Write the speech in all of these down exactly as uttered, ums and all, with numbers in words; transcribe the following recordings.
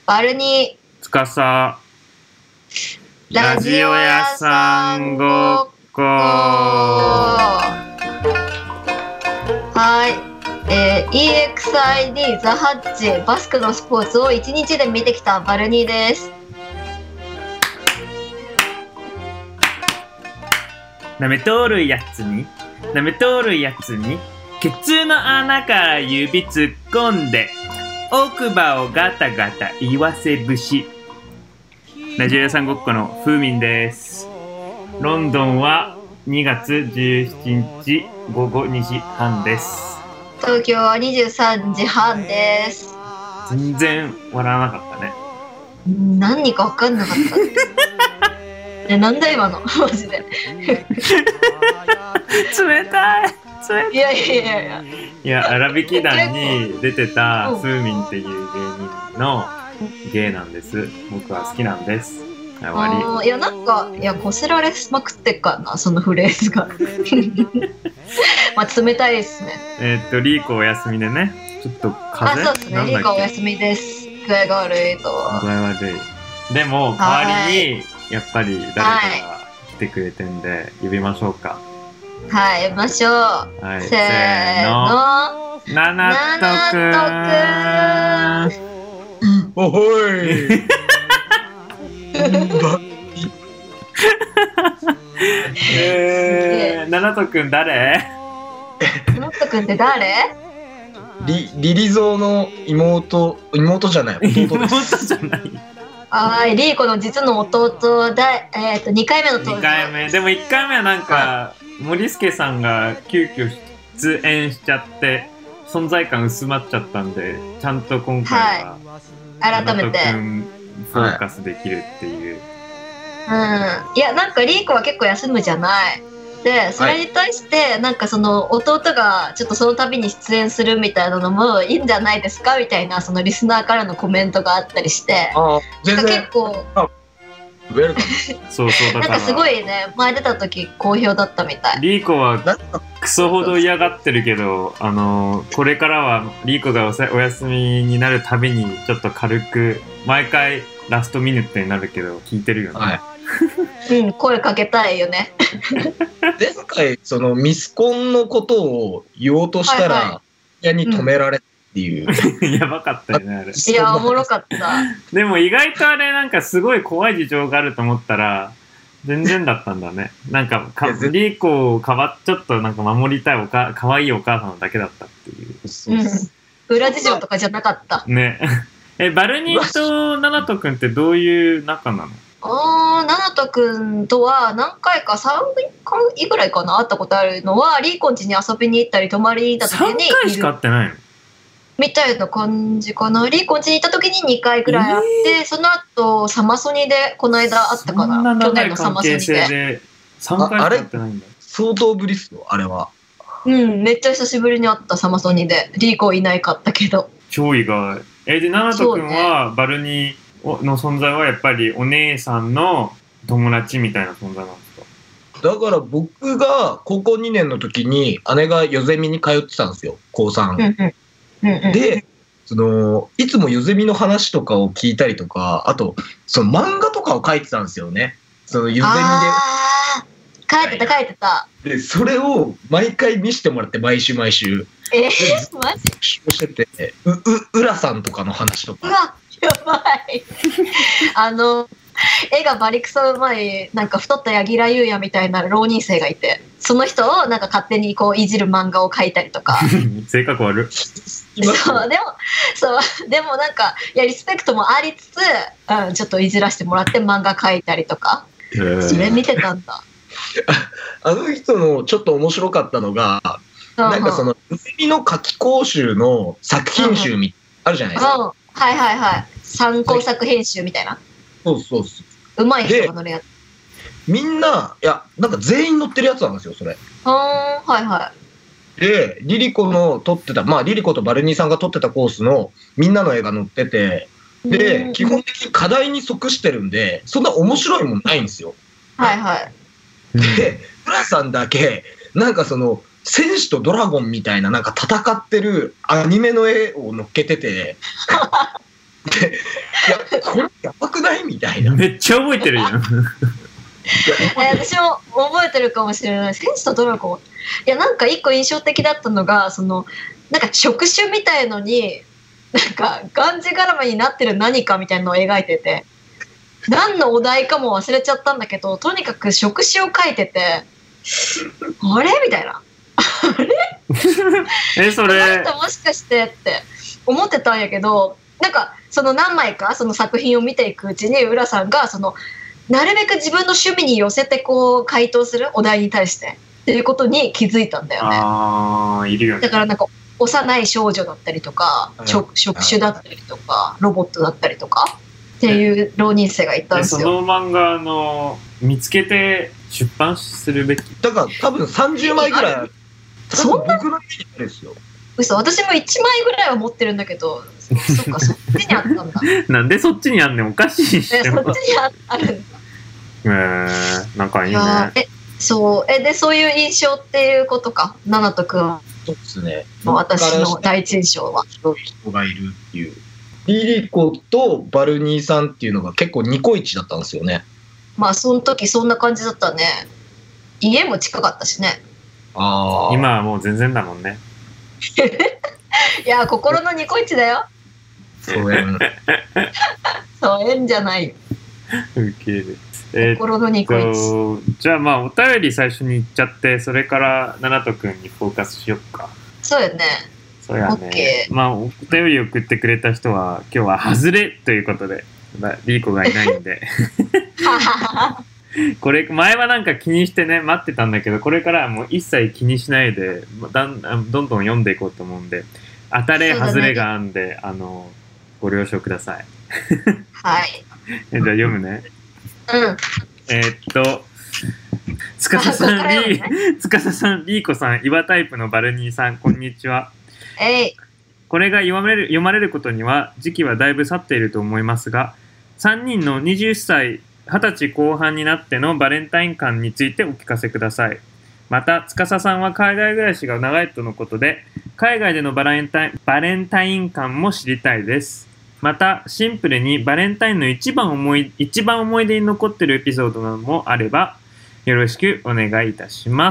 バルニつかさラジオ屋さんごっこ。はい、えー、イーエックスアイディー ザハッチバスクのスポーツをいちにちで見てきたバルニーです。 なめとるやつになめとるやつにケツの穴から指突っ込んで奥歯をガタガタ言わせ節。ラジオ屋さんごっこのふうみんです。ロンドンはにがつじゅうしちにちごごにじはんです。 東京はにじゅうさんじはんです。 全然笑わなかったね。 何か分かんなかったえ、なんだ今のマジで冷たい冷たい。 いやいやいやいやいや、荒引き団に出てたふうみんっていう芸人の芸なんです。僕は好きなんです。終わり。いや、なんかいやこすられまくってっからな、そのフレーズがまあ冷たいですね。 えー、っとリーコお休みでね、ちょっと風邪。 あ、そうですね、リーコお休みです。具合が悪いと。 具合悪い。でも代わりにやっぱり誰かが来てくれてんで呼びましょうか。 はい、呼びましょう。はい、せーの、 ななとくん。 おほいえー、ななとくん誰？ ななとくんって誰？ リリリゾーの妹妹じゃない弟です。 妹じゃない。 はい、リーコの実の弟だ、えー、とにかいめの登場。 にかいめでもいっかいめはなんか、はい、森助さんが急遽出演しちゃって存在感薄まっちゃったんで、ちゃんと今回は、 はい、改めてフォーカスできるっていう、 はい、うん、いやなんかリーコは結構休むじゃないで、それに対してなんかその弟がちょっとその度に出演するみたいなのもいいんじゃないですかみたいな、そのリスナーからのコメントがあったりして、 あ全然結構ウェルカムそうそう、だからなんかすごいね、前出た時好評だったみたい。 リーコはクソほど嫌がってるけど、あのこれからはリーコが お, お休みになるたびにちょっと軽く毎回ラストミニットになるけど聞いてるよね、はいうん、声かけたいよね前回そのミスコンのことを言おうとしたら、はいはい、いやに止められっていう、 うん、やばかったよねあれ。 いやおもろかったでも意外とあれなんかすごい怖い事情があると思ったら全然だったんだね。なんかかリーコをかわちょっとなんか守りたいおかかわいいお母さんだけだったっていう、 うん、裏事情とかじゃなかったねえ、バルニーとナナト君ってどういう仲なの？ あー、ナナト君とは何回かさんかいぐらいかな会ったことあるのは、リーコン家に遊びに行ったり泊まりに行った時にさんかいしか会ってないのみたいな感じかな。リーコン家に行った時ににかいくらい会って、えー、その後サマソニでこの間会ったかな。 そんな長い関係性でさんかいしか会ってないんだ。 相当ぶりっすよあれは。 うん、めっちゃ久しぶりに会ったサマソニで。リーコいないかったけど超意外。えでナナト君はバルニーの存在はやっぱりお姉さんの友達みたいな存在なんですか？だから僕が高校にねんの時に姉がヨゼミに通ってたんですよ、高さん、うんうんうんうん、でそのいつもヨゼミの話とかを聞いたりとか、あとその漫画とかを書いてたんですよね、そのヨゼミで。 あー、書いてた書いてた。 でそれを毎回見せてもらって、毎週毎週えー、マジしてて、うう浦さんとかの話とか。 うわやばいあの絵がバリクソうまいなんか太った柳楽優弥みたいな浪人生がいて、その人をなんか勝手にこういじる漫画を描いたりとか性格悪そうでもそうでもなんかいやリスペクトもありつつ、うん、ちょっといじらせてもらって漫画描いたりとか、それ見てたんだあの人のちょっと面白かったのが、なんかそのヨゼミの夏期講習の作品集みあるじゃないですか、うんうん、 はいはいはい、参考作編集みたいな。 そうそうそう。 うまい人が乗るやつ。 みんな、いや、なんか全員乗ってるやつなんですよ、それ。 はー、はいはい。 で、リリコの撮ってた、まあ、リリコとバルニーさんが撮ってたコースのみんなの絵が載ってて、で、基本的に課題に即してるんで、そんな面白いもんないんですよ。 はいはい。 で、浦さんだけ、なんかその、戦士とドラゴンみたいな、なんか戦ってるアニメの絵を載っけてて、 で、いや、これやばくないみたいな。 めっちゃ覚えてるよ。 え私も覚えてるかもしれない。選手とどの子？いやなんか一個印象的だったのがそのなんか触手みたいのになんかがんじがらめになってる何かみたいなのを描いてて、何のお題かも忘れちゃったんだけど、とにかく触手を描いてて、あれみたいな。あれ？ えそれもしかしてって思ってたんやけど、なんかその何枚かその作品を見ていくうちに浦さんがそのなるべく自分の趣味に寄せてこう回答するお題に対してっていうことに気づいたんだよね。 あーいるよね。 だからなんか幼い少女だったりとか、 うん、 職種だったりとかロボットだったりとかっていう浪人生がいたんですよ。 その漫画の見つけて出版するべき。 だから多分さんじゅうまいぐらいある。 そんな僕の家にあるんですよ。 嘘、私もいちまいぐらいは持ってるんだけど、そっかそっちにあったんだ。 なんでそっちにあんねん、おかしいし。 えそっちに あ, あるんだ。 えー、なんかいいね。 えそうえでそういう印象っていうことか、ナナト君は。 そうですね。 私の第一印象は人がいるっていう。リリコとバルニーさんっていうのが結構ニコイチだったんですよね。 まあその時そんな感じだったね。家も近かったしね。 ああ。 今はもう全然だもんね。 いや心のニコイチだよ。 そうやん。 そうえんじゃないよ。 ウケる。えー、 心のニコイチ。 じゃあまあお便り最初に言っちゃって、それからナナト君にフォーカスしよっか。 そうよね。 そうやね。まあお便り送ってくれた人は今日は外れということで、リーコがいないんでこれ前はなんか気にしてね待ってたんだけど、これからはもう一切気にしないでだんどんどん読んでいこうと思うんで、当たれ外れがあるんで、ね、あのご了承くださいはいじゃあ読むね。 うん。 えー、っとつかささん、ね、リーつかささん、リーコさん、岩タイプのバルニーさん、こんにちは。 えい。 これが読まれる、読まれることには時期はだいぶ経っていると思いますが、さんにんのはたち、はたちこう半になってのバレンタイン感についてお聞かせください。また、つかささんは海外暮らしが長いとのことで、海外でのバレンタイン、バレンタイン感も知りたいです。また、シンプルにバレンタインの一番思い、一番思い出に残っているエピソードなどもあれば、よろしくお願いいたします。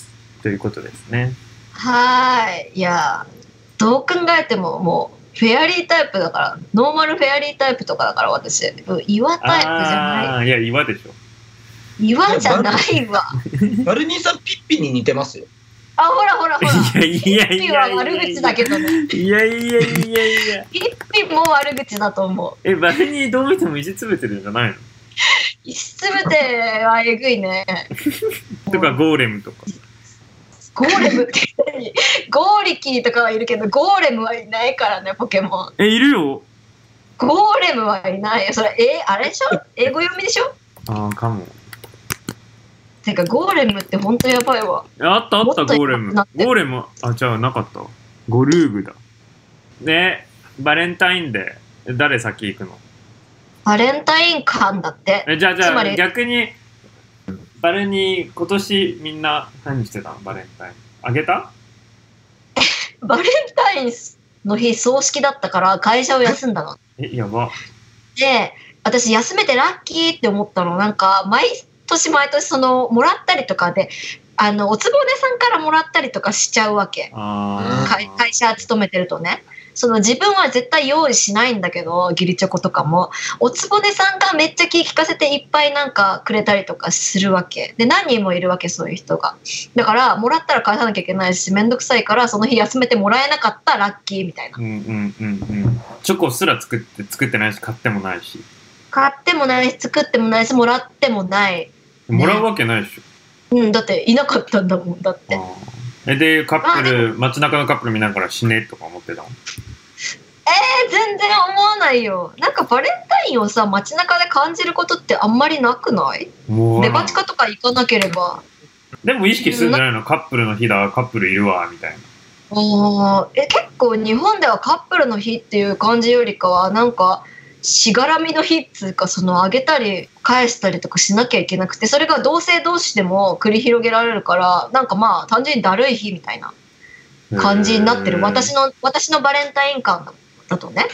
ということですね。 はーい。いや、どう考えてももう、フェアリータイプだから、ノーマルフェアリータイプとかだから私、岩タイプじゃない。 いや、岩でしょ。 岩じゃないわ。 バルニーさんピッピに似てますよ。 あ、ほらほらほら。 いやいやいやいや。 ピッピは悪口だけどね。 いやいやいやいや。 ピッピも悪口だと思う。 え、バルニーどう見ても石つぶてるんじゃないの？ 石つぶてはえぐいね。 とかゴーレムとか。 ゴーレムって何？ゴーリキーとかはいるけど、ゴーレムはいないからね、ポケモン。 え、いるよ。 ゴーレムはいないよ。それ、え、あれでしょ？英語読みでしょ？ ああ、かも。 てか、ゴーレムってほんとやばいわ。 あったあった、ゴーレム。ゴーレム、あ、じゃあなかった。ゴルーグだ。で、バレンタインデー、誰先行くの？ バレンタイン感だって。 え、じゃあじゃあ逆に、バレに今年みんな何してたの？バレンタイン。あげた？ バレンタインの日葬式だったから会社を休んだの。 え、やば。 で、私休めてラッキーって思ったの。なんか毎年毎年そのもらったりとかで、あのおつぼねさんからもらったりとかしちゃうわけ。 あ会会社勤めてるとね。その自分は絶対用意しないんだけど、義理チョコとかもおつぼねさんがめっちゃ気利かせていっぱいなんかくれたりとかするわけで、何人もいるわけ、そういう人が。だからもらったら返さなきゃいけないし、めんどくさいからその日休めてもらえなかったらラッキーみたいな。 うんうんうんうん。チョコすら作って作ってないし、買ってもないし。 買ってもないし、作ってもないし、もらってもない、ね、 もらうわけないでしょ。 うん、だっていなかったんだもん。だってえでカップル、街中のカップル見ながら死ねとか思ってたの？ えー、全然思わないよ。なんかバレンタインをさ、街中で感じることってあんまりなくない？デパ地下とか行かなければ。 でも意識するんじゃないの？カップルの日だ、カップルいるわみたいな。 あえ結構日本ではカップルの日っていう感じよりかは、なんかしがらみの日っつうか、そのあげたり返したりとかしなきゃいけなくて、それが同性同士でも繰り広げられるから、なんかまあ単純にだるい日みたいな感じになってる。私の私のバレンタイン感だとね。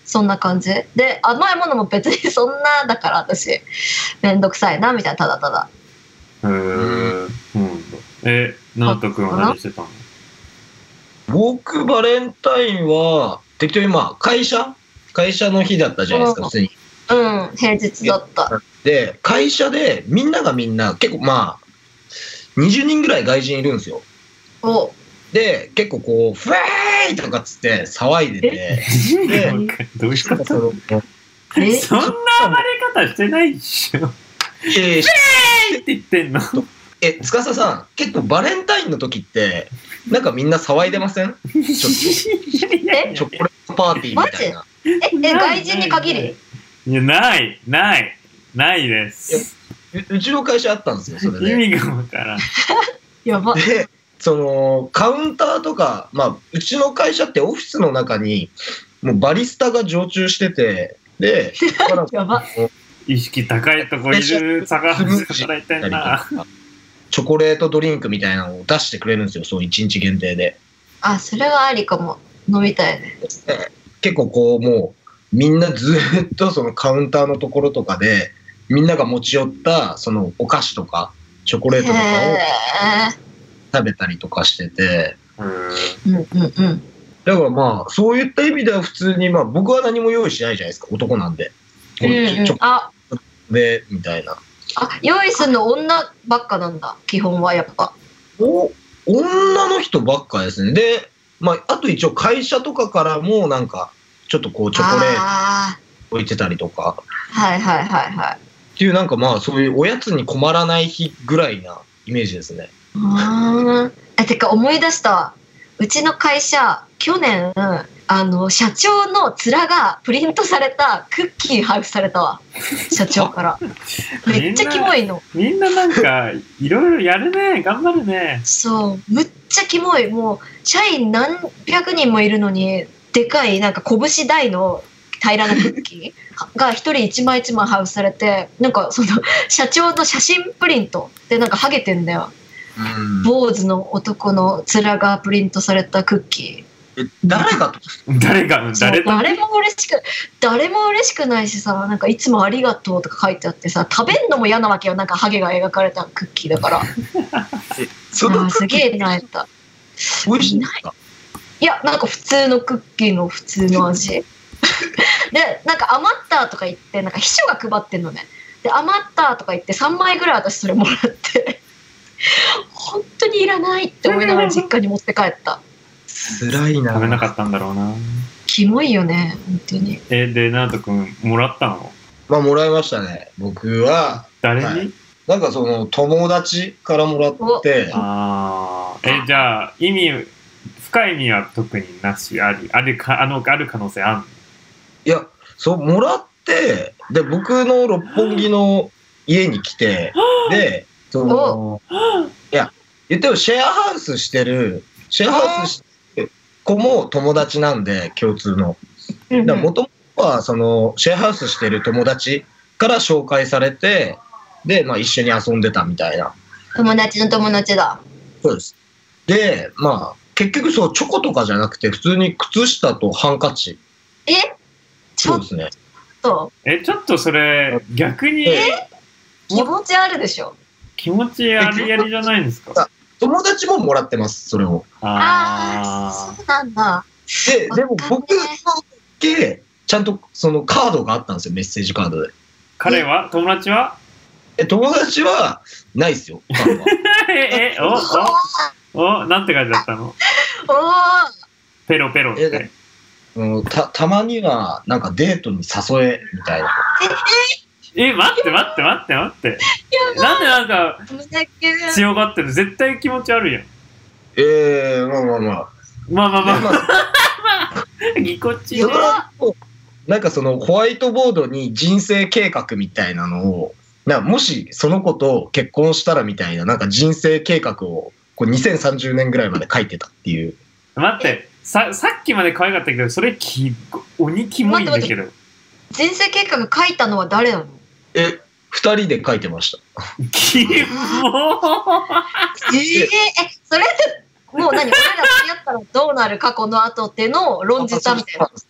そんな感じで、甘いものも別にそんなだから私めんどくさいなみたいな、ただただ。 へー、うん、え、なおとくんは何してたの？ 僕バレンタインは適当にまあ会社会社の日だったじゃないですか、普通に。 うん、平日だった。 で会社でみんながみんな結構まあにじゅうにんぐらい外人いるんですよ。 おで結構こうフェーイとかっつって騒いでて、でどういうこと？ そのえそんな暴れ方してないっしょ。 えー、 って言ってんの？ え、司さん、結構バレンタインの時って、なんかみんな騒いでません？ちょっと、チョコレートパーティーみたいな。 え、え、外人に限り？ いや、ない、ない、ないです。 う, うちの会社あったんですよ、それで。 意味がわからん。 やば。 で、その、カウンターとか、まあ、うちの会社ってオフィスの中に、もうバリスタが常駐してて、で、 やば。 意識高いとこいる探働いてんな。 チョコレートドリンクみたいなのを出してくれるんですよ、そういちにち限定で。 あ、それはありかも。飲みたいね。 結構こうもうみんなずっとそのカウンターのところとかでみんなが持ち寄ったそのお菓子とかチョコレートとかを食べたりとかしてて、 うんうんうん。 だからまあそういった意味では普通にまあ僕は何も用意しないじゃないですか、男なんで。 うんうん、 チョコあでみたいな。 あ、用意するの女ばっかなんだ、基本はやっぱ。 お女の人ばっかですね。で、まあ、あと一応会社とかからもなんかちょっとこうチョコレート置いてたりとか。 はいはいはいはい。 っていうなんかまあそういうおやつに困らない日ぐらいなイメージですね。 ああ、てか思い出したわ。うちの会社去年あの社長の面がプリントされたクッキー配布されたわ、社長から。めっちゃキモいの。 みんななんかいろいろやるね、頑張るね。 そうむっちゃキモい。もう社員何百人もいるのにでかいなんか拳大の平らなクッキーが一人一枚一枚配布されて、なんかその社長の写真プリントでなんかハゲてんだよ。坊主の男の面がプリントされたクッキー。え、誰がと誰が誰と誰も嬉しく誰も嬉しくないしさ、なんかいつもありがとうとか書いてあってさ、食べんのも嫌なわけよ。なんかハゲが描かれたクッキーだからえそのすげえなえた。 美味しいんですか？ いや、なんか普通のクッキーの普通の味で、なんか余ったとか言ってなんか秘書が配ってんのね。で余ったとか言ってさんまいぐらい私それもらって本当にいらないって思いながら実家に持って帰った。 辛いな。 食べなかったんだろうな。 キモいよね本当に。 えでナオト君もらったの？ まあもらいましたね。僕は誰に、 はい、なんかその友達からもらって。 ああ、えじゃあ意味深い意味は特になし、ありあるかあのある可能性ある？ いや、そうもらってで僕の六本木の家に来てでそのいや言ってもシェアハウスしてるシェアハウスしてる子も友達なんで共通の。もともとはそのシェアハウスしてる友達から紹介されてで、まあ、一緒に遊んでたみたいな。 友達の友達だ。 そうです。でまあ結局そうチョコとかじゃなくて普通に靴下とハンカチ。 えそうですね。 えちょっとそれ逆にえ気持ちあるでしょ。 気持ちありやりじゃないんですか？ 友達ももらってますそれを。 ああそうなんだ。 ででも僕のけちゃんとそのカードがあったんですよ、メッセージカードで。 彼は友達はえ友達はないですよ。カードはええおおおなんて書いてあったの？おペロペロって。 うん、た, たまにはなんかデートに誘えみたいな。 え待って待って待って待って。なんでなんか強がってる？絶対気持ち悪いやん。 ええー、まあまあまあ。 まあまあまあまあ。ぎこちね。 なんかそのホワイトボードに人生計画みたいなのを、なもしその子と結婚したらみたいななんか人生計画をこうにせんさんじゅうねんぐらいまで書いてたっていう。 待って。さ, さっきまで可愛かったけどそれき鬼キモいんだけど。 人生計画書いたのは誰なの？ え二人で書いてました。 キモー。えー、 えそれってもう何俺ら付き合ったらどうなる過去の後っていうのを論じたみたいな。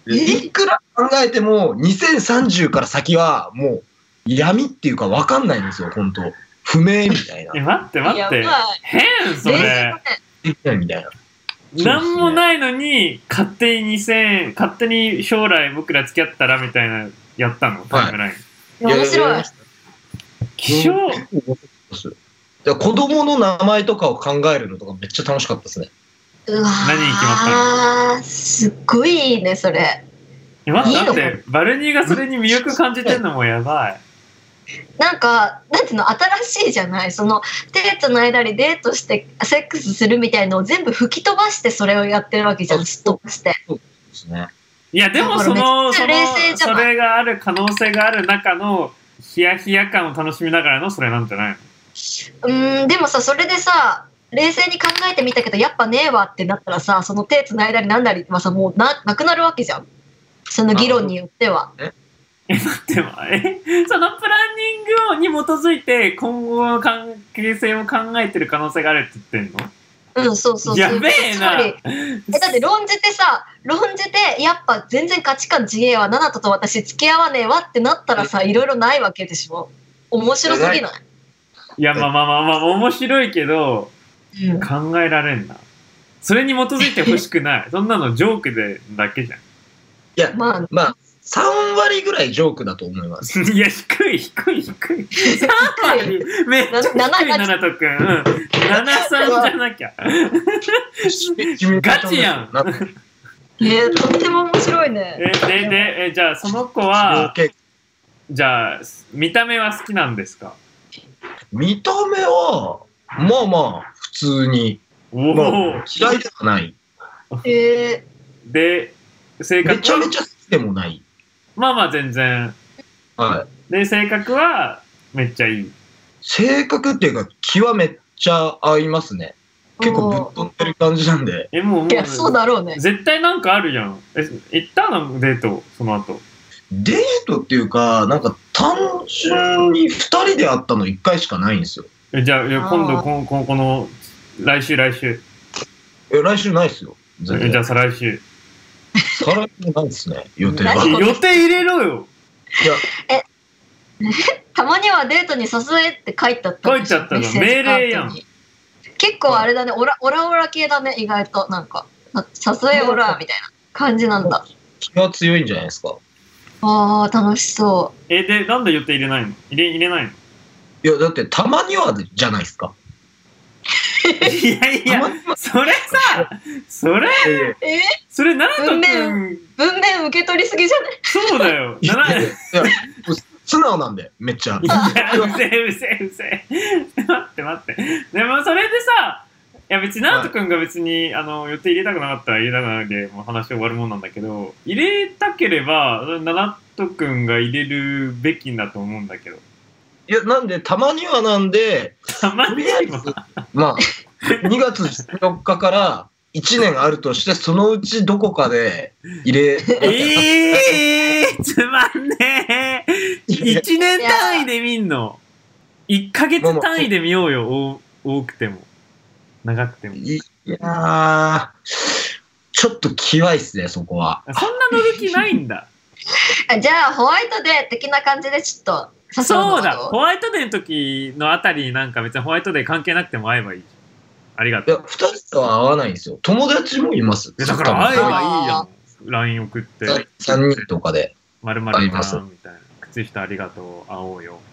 いくら考えてもにせんさんじゅうから先はもう闇っていうか分かんないんですよ、本当不明みたいな。 え、待って待って。変それ。 みたいな。 なんもないのに、勝手ににせん、勝手に将来僕ら付き合ったらみたいな、やったの、タイムライン。 いや、面白い。 希少。 子供の名前とかを考えるのとかめっちゃ楽しかったですね。 うわ何に決まったの？すっごいいいね、それ。 え、待って、だって、バルニーがそれに魅力感じてんのもやばい。 なんか、なんていうの、新しいじゃない。その、デートの間にデートしてセックスするみたいのを全部吹き飛ばしてそれをやってるわけじゃん、すっ飛ばして。 そうですね。 いや、でもその、その、それがある可能性がある中の、ヒヤヒヤ感を楽しみながらのそれなんじゃないの？ うーん、でもさ、それでさ、冷静に考えてみたけど、やっぱねえわってなったらさ、その手つないだりなんだりはさ、もうな、なくなるわけじゃん。その議論によっては。 え、待っても、え、そのプランニングをに基づいて、今後の関係性を考えてる可能性があるって言ってんの？ うん、そうそうそう。 やべえな。 え、だって論じてさ、論じて、やっぱ全然価値観違えわ、ナナトと私付き合わねえわってなったらさ、いろいろないわけでしょ。面白すぎない？ いや、まあまあまあまあ、面白いけど、うん、考えられんな。それに基づいてほしくない。そんなのジョークでだけじゃん。 いや、まあ、まあ、さん割ぐらいジョークだと思います。 いや、低い、低い、低い。さん割めっちゃ低い、ナナトくん。うん。ななさんじゃなきゃ。ガチやん。 えー、とっても面白いね。 え、で、で、え、じゃあ、その子は、じゃあ、見た目は好きなんですか？ 見た目は、まあまあ、普通に。 おお、 まあ、嫌いではない。 えー、で、性格はめちゃめちゃ好きでもない。 まあまあ全然。 はい。 で、性格はめっちゃいい。 性格っていうか、気はめっちゃ合いますね。結構ぶっ飛んでる感じなんで。 え、もう、もう、 いや、そうだろうね。 絶対なんかあるじゃん。え、行ったのデート、その後。 デートっていうか、なんか単純にふたりで会ったのいっかいしかないんですよ。 え、じゃあ、今度、こここの、来週、来週。 え、来週ないっすよ。 え、じゃあ、再来週。 再来週ないっすね、予定は。 予定入れろよ。 いや、 え、たまにはデートに誘えって書いてあった書いちゃったの、命令やん。 結構あれだね、オラオラオラ系だね、意外と。なんか、誘えオラみたいな感じなんだ。 気が強いんじゃないですか。 ああ、楽しそう。 え、で、なんで予定入れないの？入れ、入れないの？ いや、だってたまにはじゃないですか。 いやいや、それさ、それ、 えそれ、ナナト君。 文面、文面受け取りすぎじゃない？ そうだよ。 いや、素直なんで、めっちゃ。 いや、うせえ、うせえ、うせえ。待って待って。でも、それでさ、いや別にナナト君が別に、あの予定入れたくなかったら入れたくないでもう話終わるもんなんだけど、入れたければナナト君が入れるべきだと思うんだけど。 いや、なんでたまにはなんで、 たまにはまあにがつじゅうよっかからいちねんあるとして、そのうちどこかで入れええー、つまんねえ。いちねん単位で見んの？いっかげつ単位で見ようよ、多くても長くても。 いやー、ちょっときわいっすね、そこは。 そんな乗る気ないんだ。 じゃあホワイトデー的な感じでちょっと誘うの。 そうだ、ホワイトデーの時のあたりなんか別にホワイトデー関係なくても会えばいい。ありがとう。 いや、ふたりとは会わないんですよ。友達もいます。 だから会えばいいやん。ライン 送って。 さんにんとかで。 まるまるかなみたいな。靴下ありがとう、会おうよ。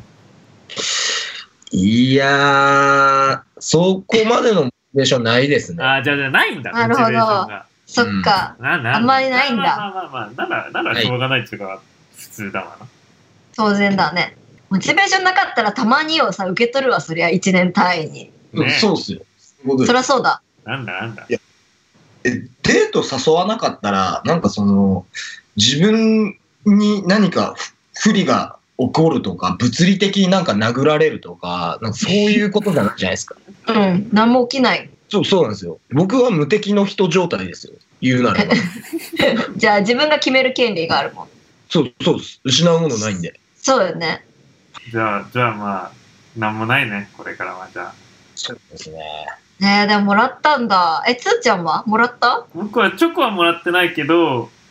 いやー、そこまでのモチベーションないですね。 あ、じゃあじゃないんだ。 なるほど。そっか。 ななあんまりないんだ。 まあまあまあまあ、なら、ならしょうがないっていうか、普通だわな。 当然だね。モチベーションなかったらたまにをさ、受け取るわ、そりゃいちねん単位に。 ね、そうっすよ。 そりゃそうだ。 なんだなんだ。 いや、え、デート誘わなかったら、なんかその、自分に何か不利が起こるとか、物理的になんか殴られるとか、なんかそういうことじゃないじゃないですか。 うん、何も起きない。 そう、そうなんですよ。僕は無敵の人状態ですよ。言うならば。 じゃあ自分が決める権利があるもん。 そう、そうです。失うものないんで。 そうよね。 じゃあ、じゃあまあ、なんもないね、これからはじゃあ。 そうですね。 ねえ、でももらったんだ。え、つーちゃんはもらった？ 僕はチョコはもらってないけど、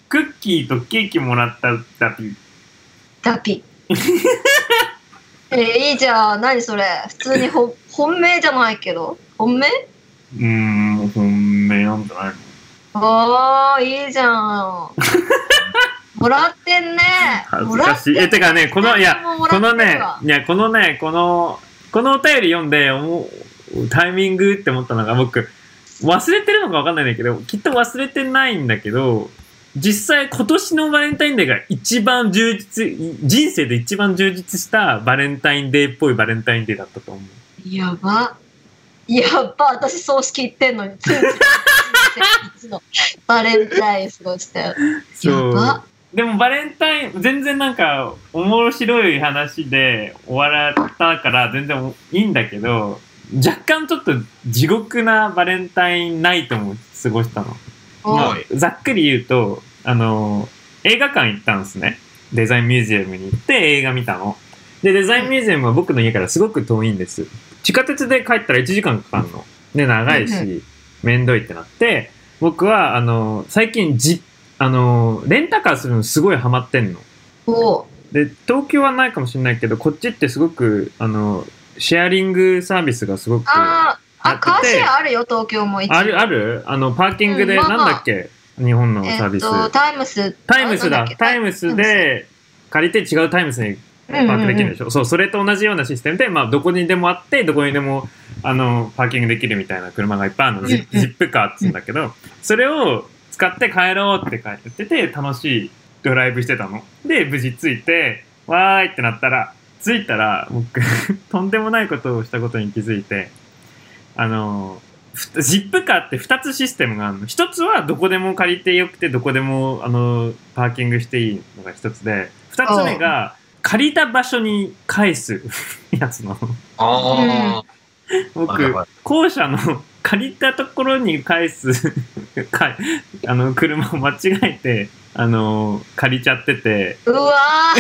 クッキーとケーキもらったダピ。 ダピ。えー、いいじゃん。何それ。普通にほ本命じゃないけど。本命？ うーん、本命なんじゃないの？ ああ、いいじゃん。もらってんね。 恥ずかしい。え、てかね、この、いや、このね、いや、このね、この、このお便り読んで、もう、タイミングって思ったのが、僕、忘れてるのか分かんないんだけど、きっと忘れてないんだけど、実際今年のバレンタインデーが一番充実、人生で一番充実したバレンタインデーっぽいバレンタインデーだったと思う。 やば。やっぱ私葬式行ってんのに、ついついのバレンタイン過ごしたよ。やば。 でもバレンタイン、全然なんか面白い話で終わったから全然いいんだけど、若干ちょっと地獄なバレンタインナイトも過ごしたの。まあ、ざっくり言うと、あの、映画館行ったんですね。デザインミュージアムに行って映画見たの。で、デザインミュージアムは僕の家からすごく遠いんです。地下鉄で帰ったらいちじかんかかるの。で、長いし、めんどいってなって、僕は、あの、最近じ、あの、レンタカーするのすごいハマってんの。 おで、東京はないかもしれないけど、こっちってすごく、あの、シェアリングサービスがすごくああ、カーシェアあるよ、東京も一応。 ある、あるあの、パーキングで、うんまあまあ、なんだっけ日本のサービス。えー、タイムス。 タイムスだ。タイムスで借りて違うタイムスにパークできるでしょ。うんうんうん、そう、それと同じようなシステムで、まあ、どこにでもあって、どこにでも、あの、パーキングできるみたいな車がいっぱいあるの。ジップ、ジップカーって言うんだけど、それを使って帰ろうって書いてて、楽しいドライブしてたの。で、無事着いて、わーいってなったら、着いたら、僕、とんでもないことをしたことに気づいて、あの、ジップカーってふたつシステムがあるの。ひとつはどこでも借りてよくてどこでもあのパーキングしていいのがひとつで、ふたつめが借りた場所に返すやつの。 あ僕、後者の借りたところに返すあの車を間違えてあの借りちゃってて。 うわ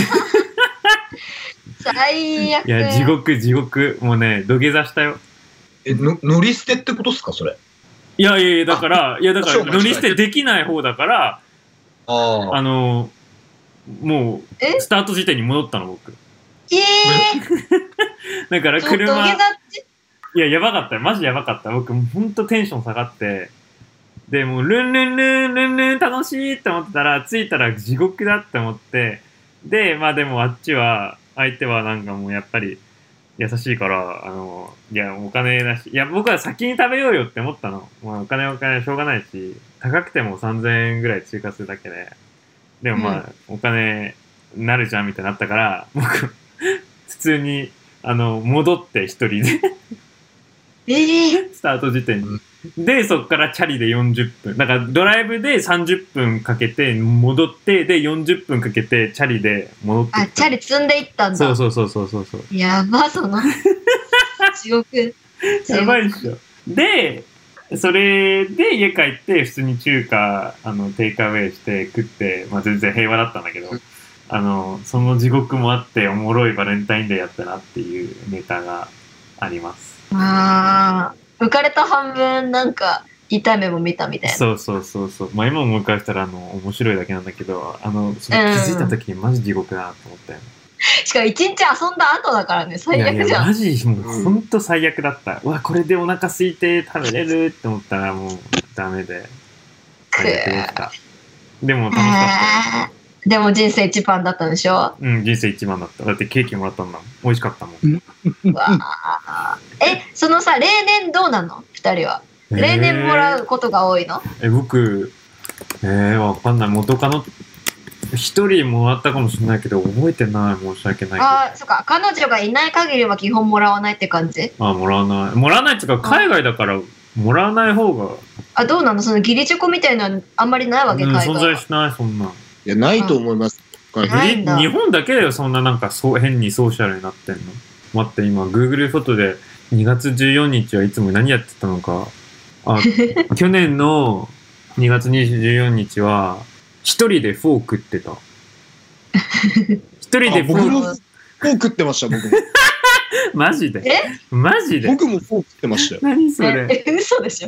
ー最悪。 いや、地獄地獄。もうね、土下座したよ。 え、の乗り捨てってことですかそれ？ いやいやいや、だから、いやだから乗り捨てできない方だから、 ああの、もう、スタート時点に戻ったの、僕。 えー、 だから車、いや、やばかったよ。マジやばかった。僕、ほんとテンション下がって、で、もう、ルンルンルンルンルン楽しいって思ってたら、着いたら地獄だって思って、で、まあでもあっちは、相手はなんかもうやっぱり、優しいから、あの、いや、お金だし、いや、僕は先に食べようよって思ったの。まあ、お金お金しょうがないし、高くてもさんぜんえんぐらい追加するだけで。でもまあ、うん、お金なるじゃんみたいになったから、僕、普通に、あの、戻って一人でえー、 スタート時点に。で、そっからチャリでよんじゅっぷん。だからドライブでさんじゅっぷんかけて戻って、で、よんじゅっぷんかけてチャリで戻って。 あ、チャリ積んでいったんだ。 そうそうそうそうそうそう。 やば、その。地獄。 やばいっしょ。で、それで家帰って普通に中華、あの、テイクアウェイして食って、まあ全然平和だったんだけど、あの、その地獄もあっておもろいバレンタインデーやったなっていうネタがあります。 ああ。浮かれた半分なんか痛い目も見たみたいな。 そうそうそうそう。まあ今思い返したらあの面白いだけなんだけど、あのそれ気づいた時にマジ地獄だなと思ったよね。 しかも一日遊んだ後だからね、最悪じゃん。いやいやマジもう本当最悪だった。うわこれでお腹空いて食べれるって思ったらもうダメで最悪でした。でも楽しかった。 でも人生一番だったんでしょ？ うん、人生一番だった。だってケーキもらったんだもん。美味しかったもん。 うわえ、そのさ、例年どうなの？二人は。例年もらうことが多いの？ えー、僕、えー、わかんない。元カノ、一人もらったかもしれないけど、覚えてない。申し訳ないけど。 ああ、そっか。彼女がいない限りは基本もらわないって感じ？ あ、もらわない。もらわないっていうか、海外だから、もらわない方が。 あ、どうなの？その義理チョコみたいなのあんまりないわけ？ うん、 海外存在しない、そんな。 いや、ないと思います。 うん、日本だけだよ、そんななんかそう変にソーシャルになってんの。待って、今、Google フォトでにがつじゅうよっかはいつも何やってたのか。あ、去年のにがつにじゅうよっかは、一人でフォー食ってた。一人でフォー。 僕もフォー食ってました、僕も。 マジで？ え？ マジで？ 僕もフォー食ってましたよ。 何それ？ え、嘘でしょ？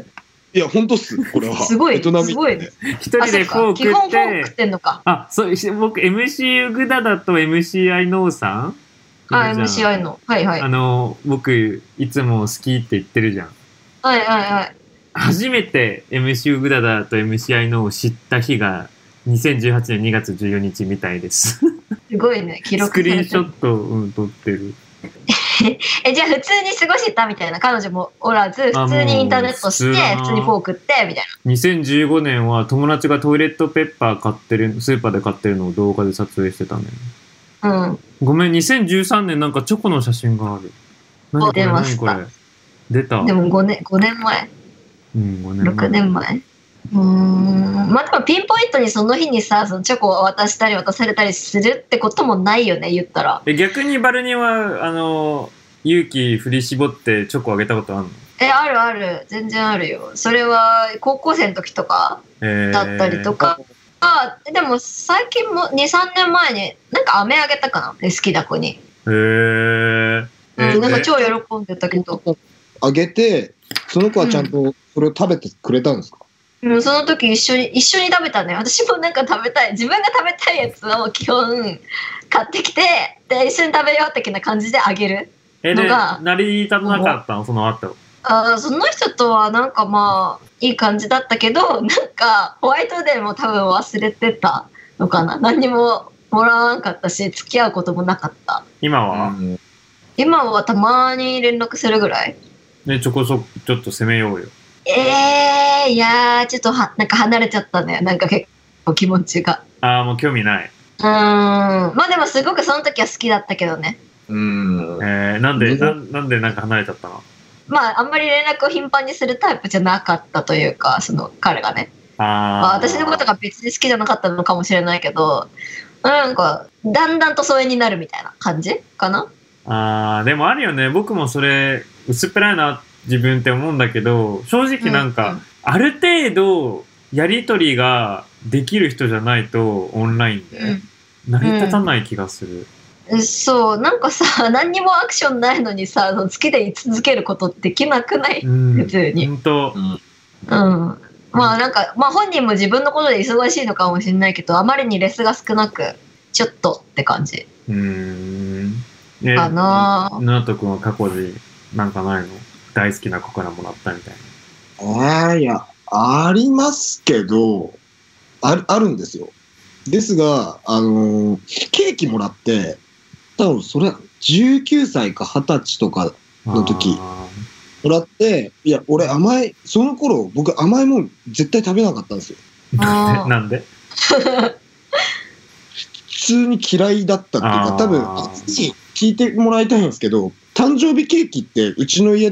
いや、ほんとっす、これは。 すごい、 ベトナムすごい。 一人でフォー食基本フォってー食ってんのか。 あそう僕 エムシー グダダと エムシーアイ ノーさんあ、エムシーアイ の。はいはい。 あの僕いつも好きって言ってるじゃん。 はいはいはい。 初めて エムシー グダダと エムシーアイ ノーを知った日がにせんじゅうはちねんにがつじゅうよっかみたいです。 すごいね、記録スクリーンショッット、うん、撮ってる。 え、じゃあ普通に過ごしてたみたいな、彼女もおらず、普通にインターネットして、 あもう普通だな普通にフォークってみたいにせんじゅうごねんは友達がトイレットペッパー買ってる、スーパーで買ってるのを動画で撮影してたね。 な。うん。 ごめん、にせんじゅうさんねんなんかチョコの写真がある。何これ出ました何これ出た。 でもごねん、ごねんまえ、 うん、ごねんまえ。 ろくねんまえ。うーん。まあでもピンポイントにその日にさ、そのチョコを渡したり渡されたりするってこともないよね、言ったら。 え逆にバルニは、あの、勇気振り絞ってチョコあげたことあるの？ え、あるある。全然あるよ。それは高校生の時とかえー、 だったりとか。あ、でも最近もに、さんねんまえになんか飴あげたかな、好きな子に。 へー。えうん、なんかえ超喜んでたけど。 あげて、その子はちゃんとそれを食べてくれたんですか？ うん、その時一緒に、一緒に食べたね。私もなんか食べたい。自分が食べたいやつを基本買ってきて、で、一緒に食べよう的な感じであげる。 え、で、 のが成り立たなかったのその後。 あ、その人とはなんかまあ、いい感じだったけど、なんかホワイトデーも多分忘れてたのかな。何にももらわなかったし、付き合うこともなかった。 今は、 うん今はたまに連絡するぐらい。 ね、ちょこそちょっと攻めようよ。 えー、いやー、ちょっとは、なんか離れちゃったね。なんか結構気持ちが。 ああ、もう興味ない。 うーん。まあでもすごくその時は好きだったけどね。 うん。 えー、なんで、 うんななんでなんか離れちゃったの？ まああんまり連絡を頻繁にするタイプじゃなかったというか、その彼がね。 あまあ、 あ。 私のことが別に好きじゃなかったのかもしれないけど、なんかだんだんと疎遠になるみたいな感じかな。 ああ、でもあるよね。僕もそれ、薄っぺらいな、自分って思うんだけど、正直なんか、 うんうんある程度、やりとりができる人じゃないと、オンラインで、成り立たない気がする。 うん、そうなんかさ、何にもアクションないのにさ、好きで居続けることできなくない？ うん。 普通に。 本当。 うんうん。まあなんか、まあ本人も自分のことで忙しいのかもしれないけど、あまりにレスが少なく、ちょっとって感じうーん。え、 かな。 なとくんは過去でなんかないの？大好きな子からもらったみたいな。 えー、いや、ありますけど、ある、あるんですよ。ですが、あのーケーキもらって、多分それ、じゅうきゅうさいかはたちとかの時、 あもらって、いや、俺甘い、その頃、僕甘いもん絶対食べなかったんですよ。 ーあーなんで？ 普通に嫌いだったっていうか、 あー多分、あっちに聞いてもらいたいんですけど、誕生日ケーキってうちの家って、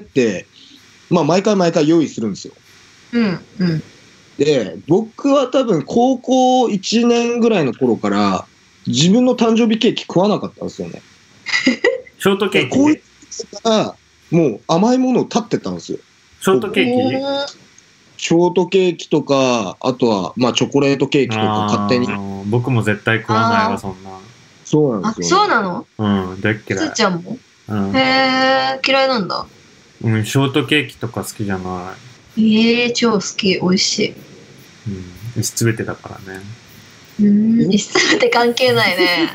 まあ毎回毎回用意するんですよ。 うんうん。 で、僕は多分高校いちねんぐらいの頃から自分の誕生日ケーキ食わなかったんですよね。 ショートケーキ？ こいつがもう甘いものを立ってたんですよ。 ショートケーキ？ ショートケーキとか、あとはまあチョコレートケーキとか勝手に。 あー僕も絶対食わないわ、そんな。 そうなあ、 んですよ、ね。 そうなの？ うん、大っ嫌いつー。ちゃんも？ うんへえ、嫌いなんだ。 うん、ショートケーキとか好きじゃなええ、超好き、美味しい。 い。うん、すべてだからね。 うーん、実質って関係ないね。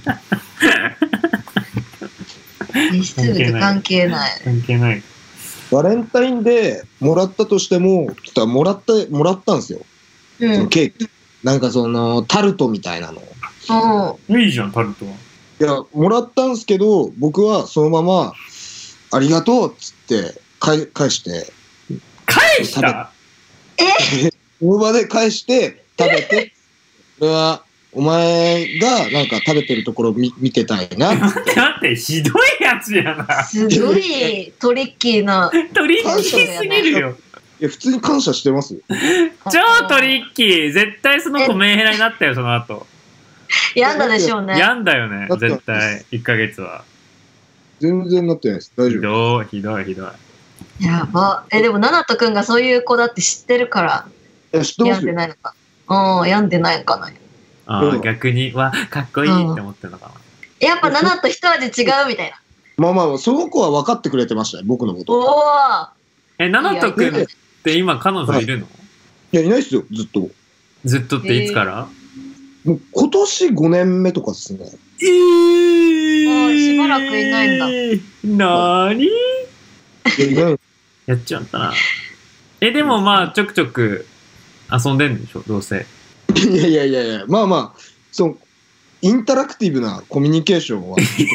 実質って関係ない。 関係ない。 バレンタインでもらったとしても、ちょっともらった、もらったんですよ。 うん。 そのケーキ。なんかその、タルトみたいなのを。 うん。 いいじゃん、タルトは。 いや、もらったんですけど、僕はそのまま、ありがとうっつって返返して、 返したその場で返して食べて、これはお前がなんか食べてるところ見見てたいな。 待って待って、ひどいやつやな。 すごいトリッキーな。 トリッキーすぎるよ。 いや、普通に感謝してますよ。 超トリッキー。絶対その子メンヘラになったよ、その後。 病んだでしょうね。 やんだよねだっ、て絶対。いっかげつは。 全然なってないです。大ひ丈夫。 どい、ひどい、ひどい。 やば。え、でも、ナナト君がそういう子だって知ってるから、 いや、知ってま病んすよ。 でないのか。うん、病んでないのかな。 ああ、 うん逆に、わ、かっこいいって思ってるのかな。 やっぱナナと一味違うみたいな。 まあまあ、その子は分かってくれてましたね、僕のこと。 おお。 え、ナナト君いやいや、 で今彼女いるの？ いや、いないっすよ、ずっと。 ずっとっていつから？ もう今年ごねんめとかっすね。 えー、 あーしばらくいないんだ。 なーに？ いや、いない。 やっちゃったな。え、でもまあ、ちょくちょく遊んでんでしょ、どうせ。 いやいやいやいや、まあまあ、その、インタラクティブなコミュニケーションは。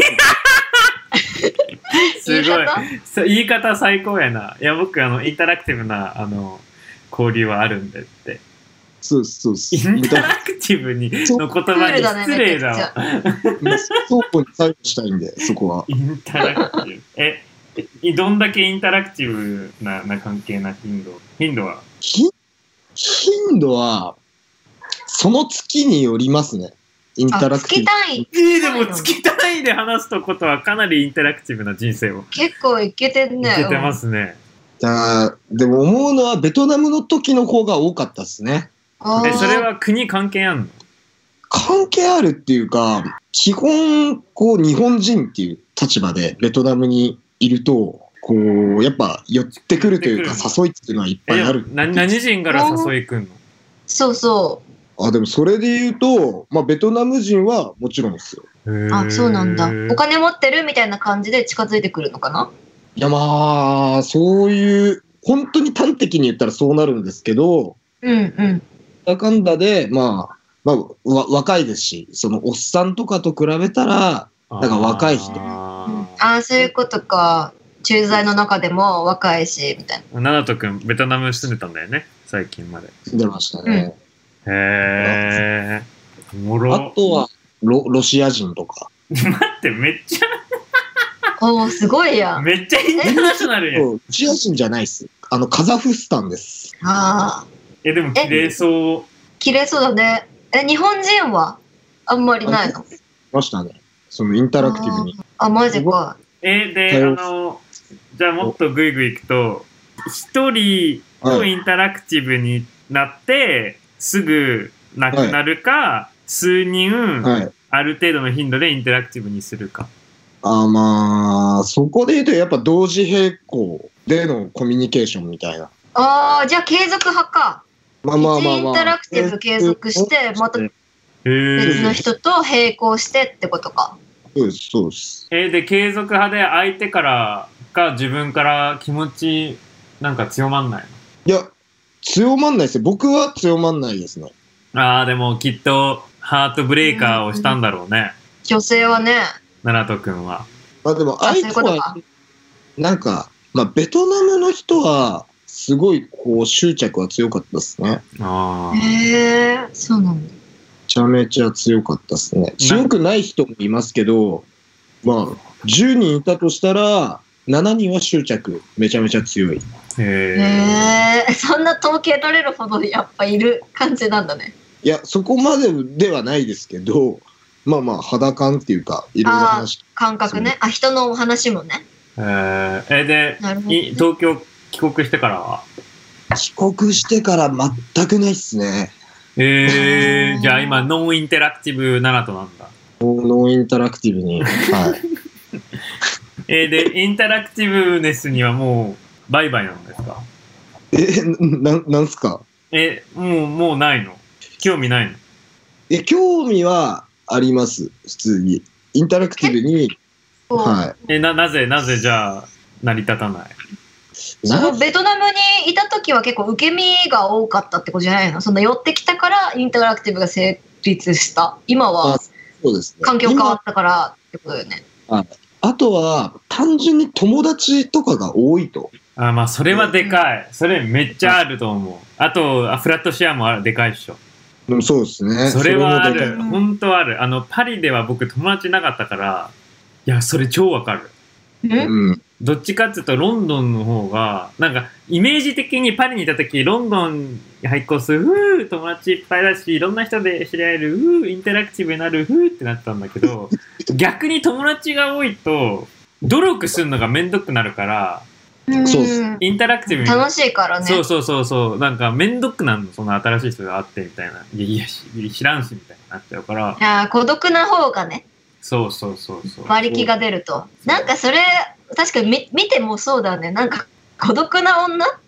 すごい言い方。 そう言い方最高やな。いや、僕、あの、インタラクティブな、あの、交流はあるんでって。 そうです、そうです。 インタラクティブにの言葉に失礼だわ。 倉庫に作業したいんで、そこは。 インタラクティブ。え、どんだけインタラクティブなな関係な頻度頻度はひ頻度は、その月によりますね。インタラクティブ。 月単位。 えー、でも月単位で話すとことはかなりインタラクティブな人生を結構いけてんね。 いけてますね。 あでも思うのは、ベトナムの時の方が多かったですね。 あーえ、それは国関係あんの？ 関係あるっていうか、基本、こう、日本人っていう立場でベトナムにいると、こう、やっぱ寄ってくるというか、誘いっていうのはいっぱいある。 え、な何人から誘いくんの？ そうそあ、でもそれで言うと、まあ、ベトナム人はもちろんですよ。 う。あ、そうなんだ。お金持ってるみたいな感じで近づいてくるのかな？ いや、まあ、そういう、本当に端的に言ったらそうなるんですけど、 うんうん。 なんだかんだで、まあ、まあ、わ若いですし、そのおっさんとかと比べたら、なんか若い人。 あああ、そういうことか。駐在の中でも若いし、みたいな。 ーナナト君ベトナム住んでたんだよね、最近まで。 住んでましたね。 へえ。おもろ。 あとはロ、ロシア人とか。 待ってめっちおお、すごいやゃん。 めっちゃインターナショナルやん。 ロシア人じゃないっす。あの、カザフスタンです。 ああ、 えでも綺麗そう。 綺麗そうだね。え、日本人はあんまりないの？ いましたね。そのインタラクティブに。 あ、マジか。 えであのじゃあもっとグイグイいくと一人とインタラクティブになってすぐなくなるか、数人はい。 ある程度の頻度でインタラクティブにするか。 あまあ、そこで言うと、やっぱ同時並行でのコミュニケーションみたいな。 ああ、じゃあ継続派か。 まあまあまあまあ。 インタラクティブ継続して、またへ別のえ。 人と並行してってことか。 そうです、そうです。 えで継続派で相手からか自分から気持ちなんか強まんないいや、強まんないですよ。僕は強まんないですね。 の？ああでもきっとハートブレイカーをしたんだろうね、 女性はね。 ナナト君は。 まあでも、 あ相手そういうことかは、なんか、まあ、ベトナムの人は、すごい、こう、執着は強かったですね。 ああ。 へえ、そうなんだ。 めちゃめちゃ強かったですね。強くない人もいますけど、まあ、じゅうにんいたとしたら、しちにんは執着、めちゃめちゃ強い。 へえ。 へえ、そんな統計取れるほどやっぱいる感じなんだね。 いや、そこまでではないですけど、まあまあ、肌感っていうか、いろいろ話。 感覚ね。あ、人の話もね。 えー、えで、 なるほどねい東京帰国してからは帰国してから全くないっすね。 えー、 あーじゃあ今ノンインタラクティブナナトなんだ。 ノーインタラクティブに。はい。 えー、で、インタラクティブネスにはもうバイバイなんですか？ え、な、なんすか？ え、もう、もうないの？興味ないの？ え、興味はあります。普通に。インタラクティブに。 そうはえ、な、なぜ、なぜじゃあ成り立たない？ い。 そのなベトナムにいた時は結構受け身が多かったってことじゃないの？その寄ってきたからインタラクティブが成立した。今はそうですね。 環境変わったからってことだよね。 今あとは、単純に友達とかが多いと。 あ、まあそれはでかい。それめっちゃあると思う。あと、あフラットシェアもあるでかいっしょ。 うんそうですね。 それはあそれもでかいる。本当ある。あの、パリでは僕友達なかったから、いや、それ超わかる。 うんうん。 どっちかっていうとロンドンの方がなんかイメージ的にパリにいた時ロンドンに入校するふー友達いっぱいだしいろんな人で知り合えるふーインタラクティブになるふーってなったんだけど逆に友達が多いと努力するのがめんどくなるからうんそうっすインタラクティブに楽しいからね。 そうそうそうそうなんかめんどくなるのその新しい人が会ってみたいないやいやし知らんしみたいになっちゃうからいやー孤独な方がねそうそうそうそう馬力が出るとなんかそれ確かに見見てもそうだねなんか孤独な女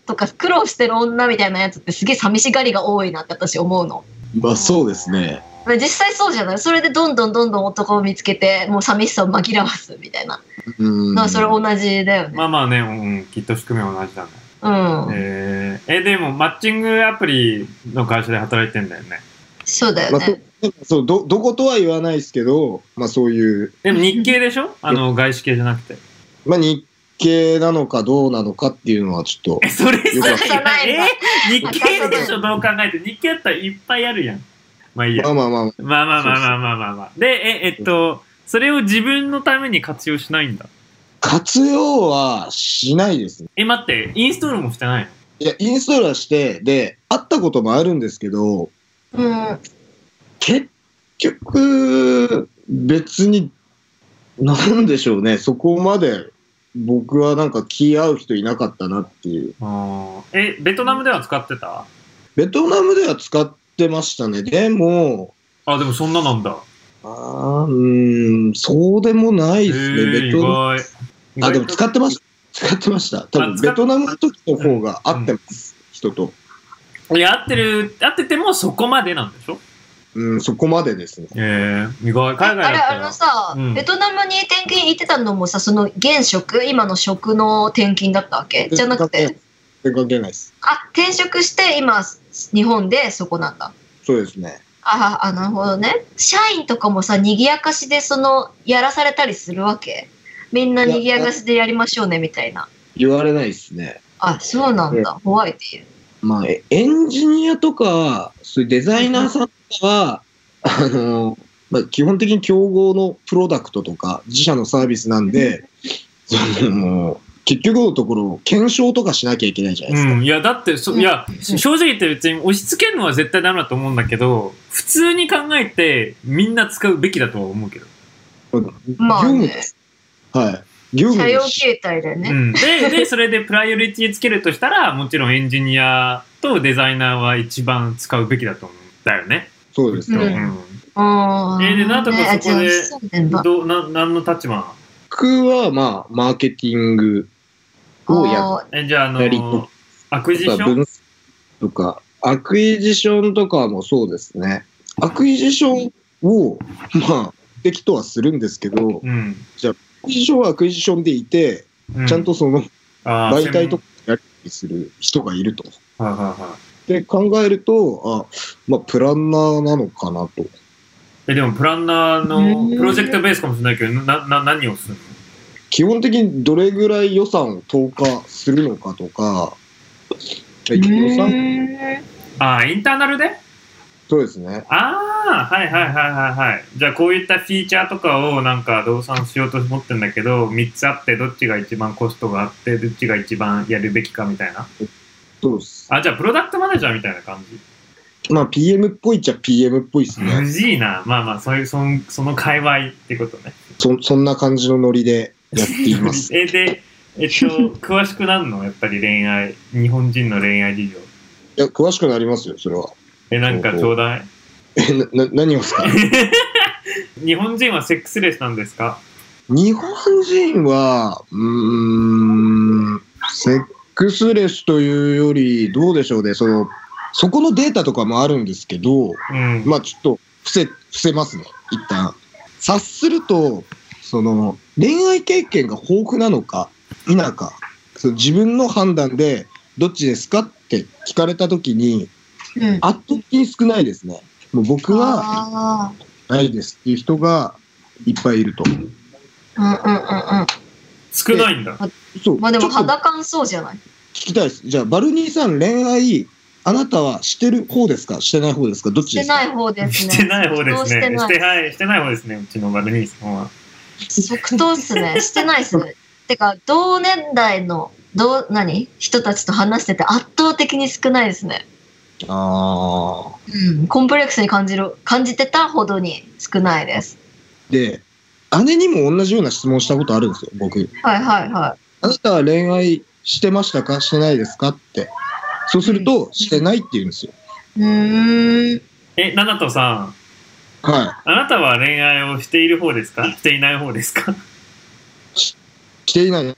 とか苦労してる女みたいなやつってすげえ寂しがりが多いなって私思うの。 まあそうですね。 実際そうじゃない？それでどんどんどんどん男を見つけてもう寂しさを紛らわすみたいな。 うん。 まあそれ同じだよね。 まあまあね、うん、きっと仕組みは同じだね。 うん。 えー、えでもマッチングアプリの会社で働いてんだよね。 そうだよね。 まあ、そうどどことは言わないですけど、まあそういう。 でも日系でしょ？あの外資系じゃなくて。 まあ日系なのかどうなのかっていうのはちょっと。 えそれじゃないんだ。 え日系でしょ？どう考えて日系だったらいっぱいあるやん。まあいいや。 まあまあまあ。 まあまあまあまあまあまあまあ。でええっとそれを自分のために活用しないんだ。 活用はしないですね。 え待ってインストールもしてないの？ いやインストールはしてで会ったこともあるんですけど、 うん。 結局別になんでしょうね、そこまで僕はなんか気合う人いなかったなっていう。 あえベトナムでは使ってた？ ベトナムでは使ってましたね。でもあでもそんななんだ。 あーうーんそうでもないですね。 えー、 ベトナム意外あでも使ってました使ってました多分ベトナムの時の方が合ってます、うん、人と。 いや合ってる合っててもそこまでなんでしょ？ うん、そこまでですね。 ええー、意外、海外だったら。 あれ、あのさ、 うん、 ベトナムに転勤行ってたのもさ、その現職、今の職の転勤だったわけじゃなくて。 関係ないです。 あ、転職して今、日本でそこなんだ。 そうですね。 ああ、なるほどね。社員とかもさ、賑やかしでその、やらされたりするわけ？みんな賑やかしでやりましょうね、みたいな。 言われないですね。 あ、そうなんだ。ホワイト言う。 まあ、エンジニアとか、そういうデザイナーさんとかは、あの、まあ、基本的に競合のプロダクトとか自社のサービスなんで、その結局のところ検証とかしなきゃいけないじゃないですか。 うん、いやだってそいや正直言って別に押し付けるのは絶対ダメだと思うんだけど、普通に考えてみんな使うべきだとは思うけど。 まあね、 はい。業務作用形態だよね。 うん、ででそれでプライオリティつけるとしたらもちろんエンジニアとデザイナーは一番使うべきだと思うんだよね。 そうですね。 うん、 あえー、でなんとかそこで、 ね、 どな何の立場？ 僕はまあマーケティングをやっえじゃああのー、アクイジションとかアクイジションとかもそうですね。アクイジションをまあ敵とはするんですけど、 うん、 じゃあアクイジションはアクイジションでいて、うん、ちゃんとその媒体とかやりする人がいると。 はいはいはい。 で考えると、あ、まあ、プランナーなのかなと。 え、でもプランナーのプロジェクトベースかもしれないけど、な、な、何をするの？ 基本的にどれぐらい予算を投下するのかとか、予算ああ、インターナルで？ そうですね。 ああ、はいはいはいはいはい。じゃあこういったフィーチャーとかをなんか動産しようと思ってるんだけど、みっつあってどっちが一番コストがあって、どっちが一番やるべきかみたいな。 そうです。 あ、じゃあプロダクトマネージャーみたいな感じ？ まあ ピーエム っぽいっちゃ ピーエム っぽいですね。 むずいな。まあまあそういうそのその界隈ってことね。 そそんな感じのノリでやっています。 えでえっと詳しくなるの？やっぱり恋愛、日本人の恋愛事情。 いや詳しくなりますよそれは。 えなんかちょうだい。 えなな何をですか？ 日本人はセックスレスなんですか？ 日本人はうーんセックスレスというよりどうでしょうね、そのそこのデータとかもあるんですけど、 うん、まあちょっと伏せ伏せますね一旦。察するとその恋愛経験が豊富なのか否か、その自分の判断でどっちですかって聞かれた時に、うん、圧倒的に少ないですね。もう僕はないですっていう人がいっぱいいると。 うんうんうんうん。 少ないんだ。 そう。 まあでも肌感そうじゃない。 聞きたいです。じゃあバルニーさん、恋愛あなたはしてる方ですかしてない方ですか、どっちですか？ してない方ですね。 してない方ですね。 してないしてないしてない方ですね。うちのバルニーさんは。 即答っすね。してないっすね。てか同年代のどう何人たちと話してて圧倒的に少ないですね。 ああ。 うん。コンプレックスに感じる感じてたほどに少ないです。 で、姉にも同じような質問したことあるんですよ、僕。 はいはいはい。 あなたは恋愛してましたかしてないですかって。そうすると、してないって言うんですよ。 うーん。 え、ナナトさん。はい。 あなたは恋愛をしている方ですかしていない方ですか？ ししていないで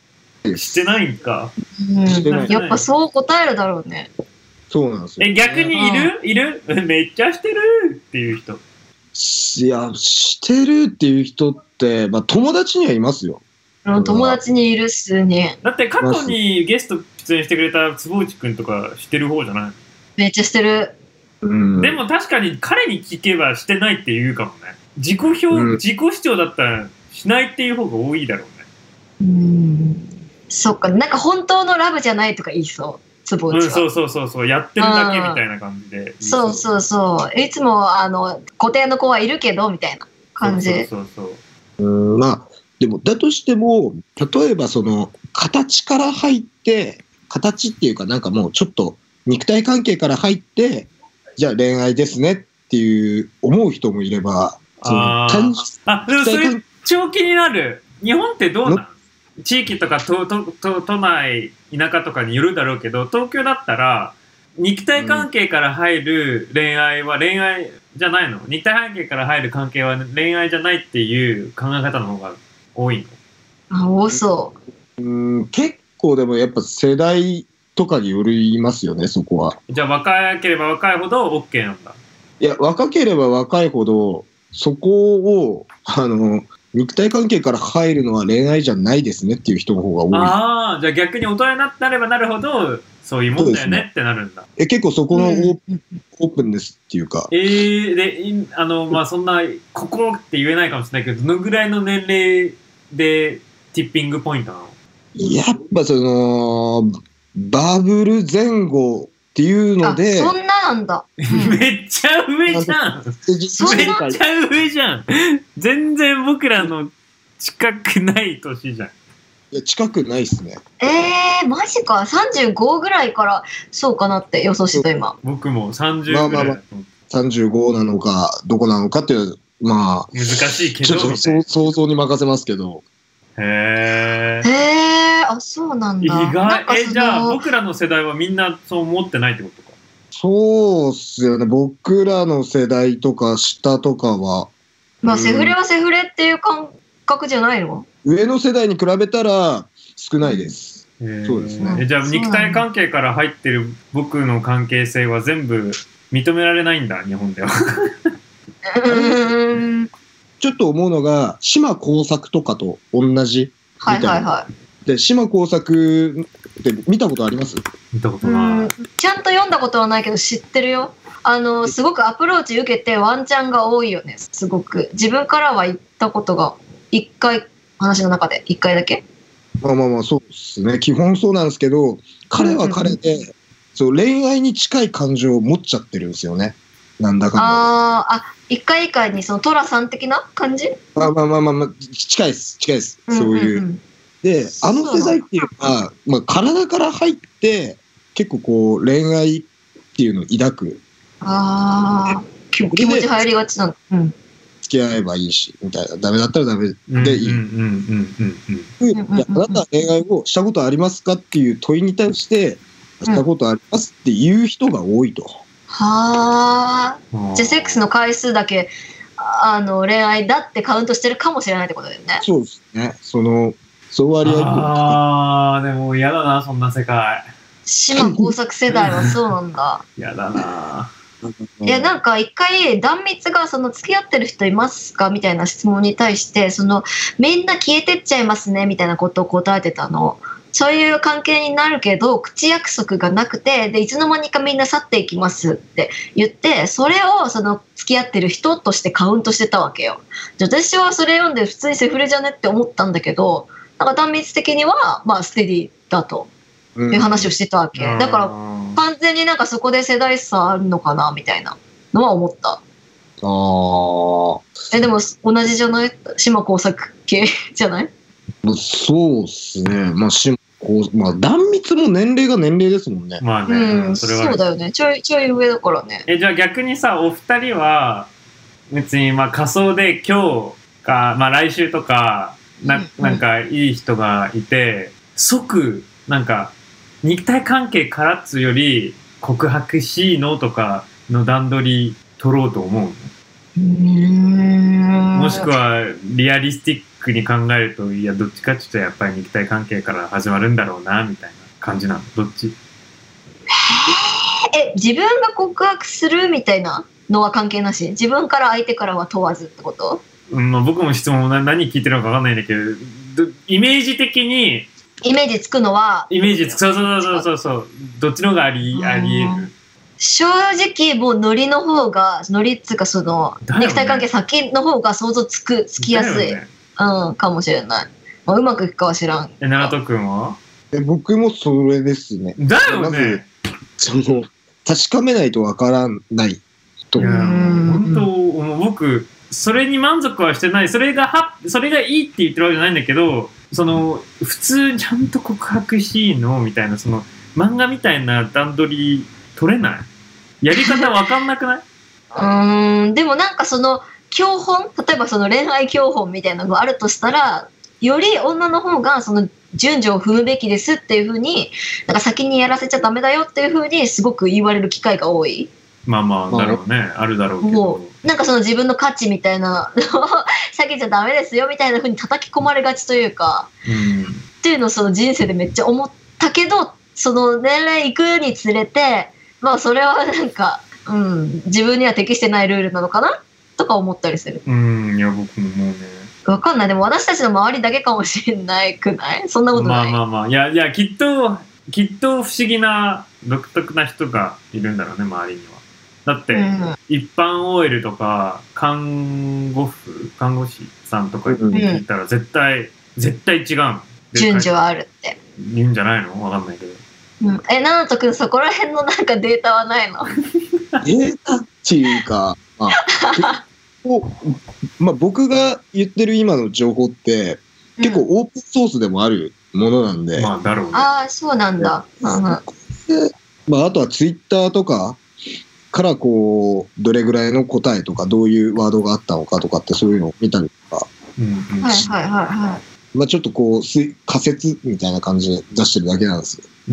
してないんか。 うん、やっぱそう答えるだろうね。 そうなんですよ。 え、逆にいるいるめっちゃしてるっていう人。 いや、してるっていう人って、まあ、友達にはいますよ。 うん、友達にいるっすね。 だって過去にゲスト出演してくれた坪内くんとかしてる方じゃない？ めっちゃしてる。 うん、 でも確かに彼に聞けばしてないって言うかもね。自己表、うん、自己主張だったらしないっていう方が多いだろうね。 うん、そっか、なんか本当のラブじゃないとか言いそう。坪内は、うん、 そうそうそうそう、やってるだけみたいな感じで。 そうそうそう、いつもあの固定の子はいるけどみたいな感じ。 そうそうそうそう。 うん、まあでもだとしても、例えばその形から入って、形っていうかなんかもうちょっと肉体関係から入って、じゃあ恋愛ですねっていう思う人もいれば、そのああ、でもそれ超気になる。日本ってどうなん？地域とか都都都都内田舎とかによるだろうけど、東京だったら肉体関係から入る恋愛は恋愛じゃないの？肉体関係から入る関係は恋愛じゃないっていう考え方の方が多いの？あ、多そう。 うん、結構でもやっぱ世代とかによりますよね、そこは。 じゃあ若ければ若いほど OK なんだ。 いや、若ければ若いほどそこをあの肉体関係から入るのは恋愛じゃないですねっていう人の方が多い。 ああ、じゃあ逆に大人になればなるほどそういうもんだよねってなるんだ。 え、結構そこのオープン、うん、オープンですっていうか。 えー、で、あの、まあ、そんな、ここって言えないかもしれないけど、どのぐらいの年齢でティッピングポイントなの？ やっぱその、バブル前後っていうので。 あ、そんななんだ。 めっちゃ上じゃん。めっちゃ上じゃん。全然僕らの近くない年じゃん。 いや、近くないっすね。 えー、マジか。さんじゅうごぐらいからそうかなって予想してた今。 僕もさんじゅうぐらい。まあまあまあ、 さんじゅうごなのか、どこなのかっていう、まあ。 難しいけど。 ちょっと想像に任せますけど。 へー。 へー、あ、そうなんだ。 意外。え、じゃあ僕らの世代はみんなそう思ってないってことか？ そうっすよね。僕らの世代とか下とかは。 まあ、セフレはセフレっていう感覚じゃないの？ 上の世代に比べたら少ないです。そうですね。 え、じゃあ肉体関係から入ってる僕の関係性は全部認められないんだ、日本では。 うんちょっと思うのが、島耕作とかと同じみたいな。 はいはいはい。 で、島耕作って見たことあります？ 見たことない。 ちゃんと読んだことはないけど知ってるよ。あの、すごくアプローチ受けてワンチャンが多いよね、すごく。自分からは言ったことがいっかい、話の中でいっかいだけ。 まあまあまあ、そうですね。基本そうなんですけど、彼は彼で、うんうん、そう恋愛に近い感情を持っちゃってるんですよね。なんだかんだ。 ああ、一回一回にそのトラさん的な感じ？ まあまあまあまあ、まあ、近いです、近いです。そういう。うんうんうん、で、あの世代っていうのは、まあ、体から入って、結構こう、恋愛っていうのを抱く。 ああ、気持ち入りがちなの。うん。 付き合えばいいし、みたいな。ダメだったらダメでいい。あなたは恋愛をしたことありますかっていう問いに対して、したことありますっていう人が多いと。 はあ。じゃあセックスの回数だけ、あの、恋愛だってカウントしてるかもしれないってことだよね。 そうですね。その、そう割合。 ああ、でも嫌だな、そんな世界。 島耕作世代はそうなんだ。 嫌だな。 いや、なんか一回壇蜜がその付き合ってる人いますかみたいな質問に対してそのみんな消えてっちゃいますねみたいなことを答えてたの。そういう関係になるけど口約束がなくてでいつの間にかみんな去っていきますって言ってそれをその付き合ってる人としてカウントしてたわけよ。じゃ私はそれ読んで普通にセフレじゃねって思ったんだけどなんか壇蜜的にはまあステディだという話をしてたわけ、うん、だから完全になんかそこで世代差あるのかなみたいなのは思った。 あえでも同じじゃない？島耕作系じゃない？ そうっすね。まあ島耕まあ壇蜜も年齢が年齢ですもんね。 まあね、 うん、それはそうだよね。ちょいちょい上だからね。 えじゃあ逆にさお二人は別にまあ仮想で今日かまあ来週とかな、うん、なんかいい人がいて即なんか肉体関係からっつうより告白しいのとかの段取り取ろうと思うの？うーんもしくはリアリスティックに考えると、いやどっちかっていうとやっぱり肉体関係から始まるんだろうなみたいな感じなの。どっち？ え、自分が告白するみたいなのは関係なし？自分から相手からは問わずってこと？ うん、まあ、僕も質問何聞いてるのか分かんないんだけど、イメージ的にイメージつくのはイメージつくそうそうそうそうそうどっちの方がありあり得る？ 正直もうノリの方がノリっつうかその、ね、肉体関係先の方が想像つくつきやすい、ね、うんかもしれない。まあ、うまくいくかは知らん。 え、長門くんは？ え、僕もそれですね。 だよね。まずその確かめないとわからないと。 いや本当もう僕それに満足はしてない。それがはそれがいいって言ってるわけじゃないんだけど、その普通ちゃんと告白しいのみたいな、その漫画みたいな段取り取れない？やり方わかんなくない？ うーん、でもなんかその教本、例えばその恋愛教本みたいなのがあるとしたら、より女の方がその順序を踏むべきですっていう風に、なんか先にやらせちゃダメだよっていう風にすごく言われる機会が多い。 まあまあだろうね、あるだろうけど、 もうなんかその自分の価値みたいなのを避けちゃダメですよみたいな風に叩き込まれがちというか、 うん、 っていうのをその人生でめっちゃ思ったけど、その年齢いくにつれて、まあそれはなんか、うん、自分には適してないルールなのかなとか思ったりする。 うん、いや僕ももうね。 わかんない。でも私たちの周りだけかもしれないくない？そんなことない。 まあまあまあ、いやいやきっときっと不思議な独特な人がいるんだろうね、周りには。だって、うん、一般 オーエル とか看護婦看護師さんとか聞いたら絶対、うん、絶対違うの。 順序はあるって言うんじゃないの？わかんないけど。 うん、え、ななとくんそこら辺のなんかデータはないの？ データっていうか、まあ、まあ僕が言ってる今の情報って結構オープンソースでもあるものなんで、 うん、まあだろうね。 ああ、そうなんだ。うん、 まああとはツイッターとかからこうどれぐらいの答えとかどういうワードがあったのかとかってそういうのを見たりとか、 うんうん、はいはいはいはい。 まあちょっとこう仮説みたいな感じで出してるだけなんですよ。うん、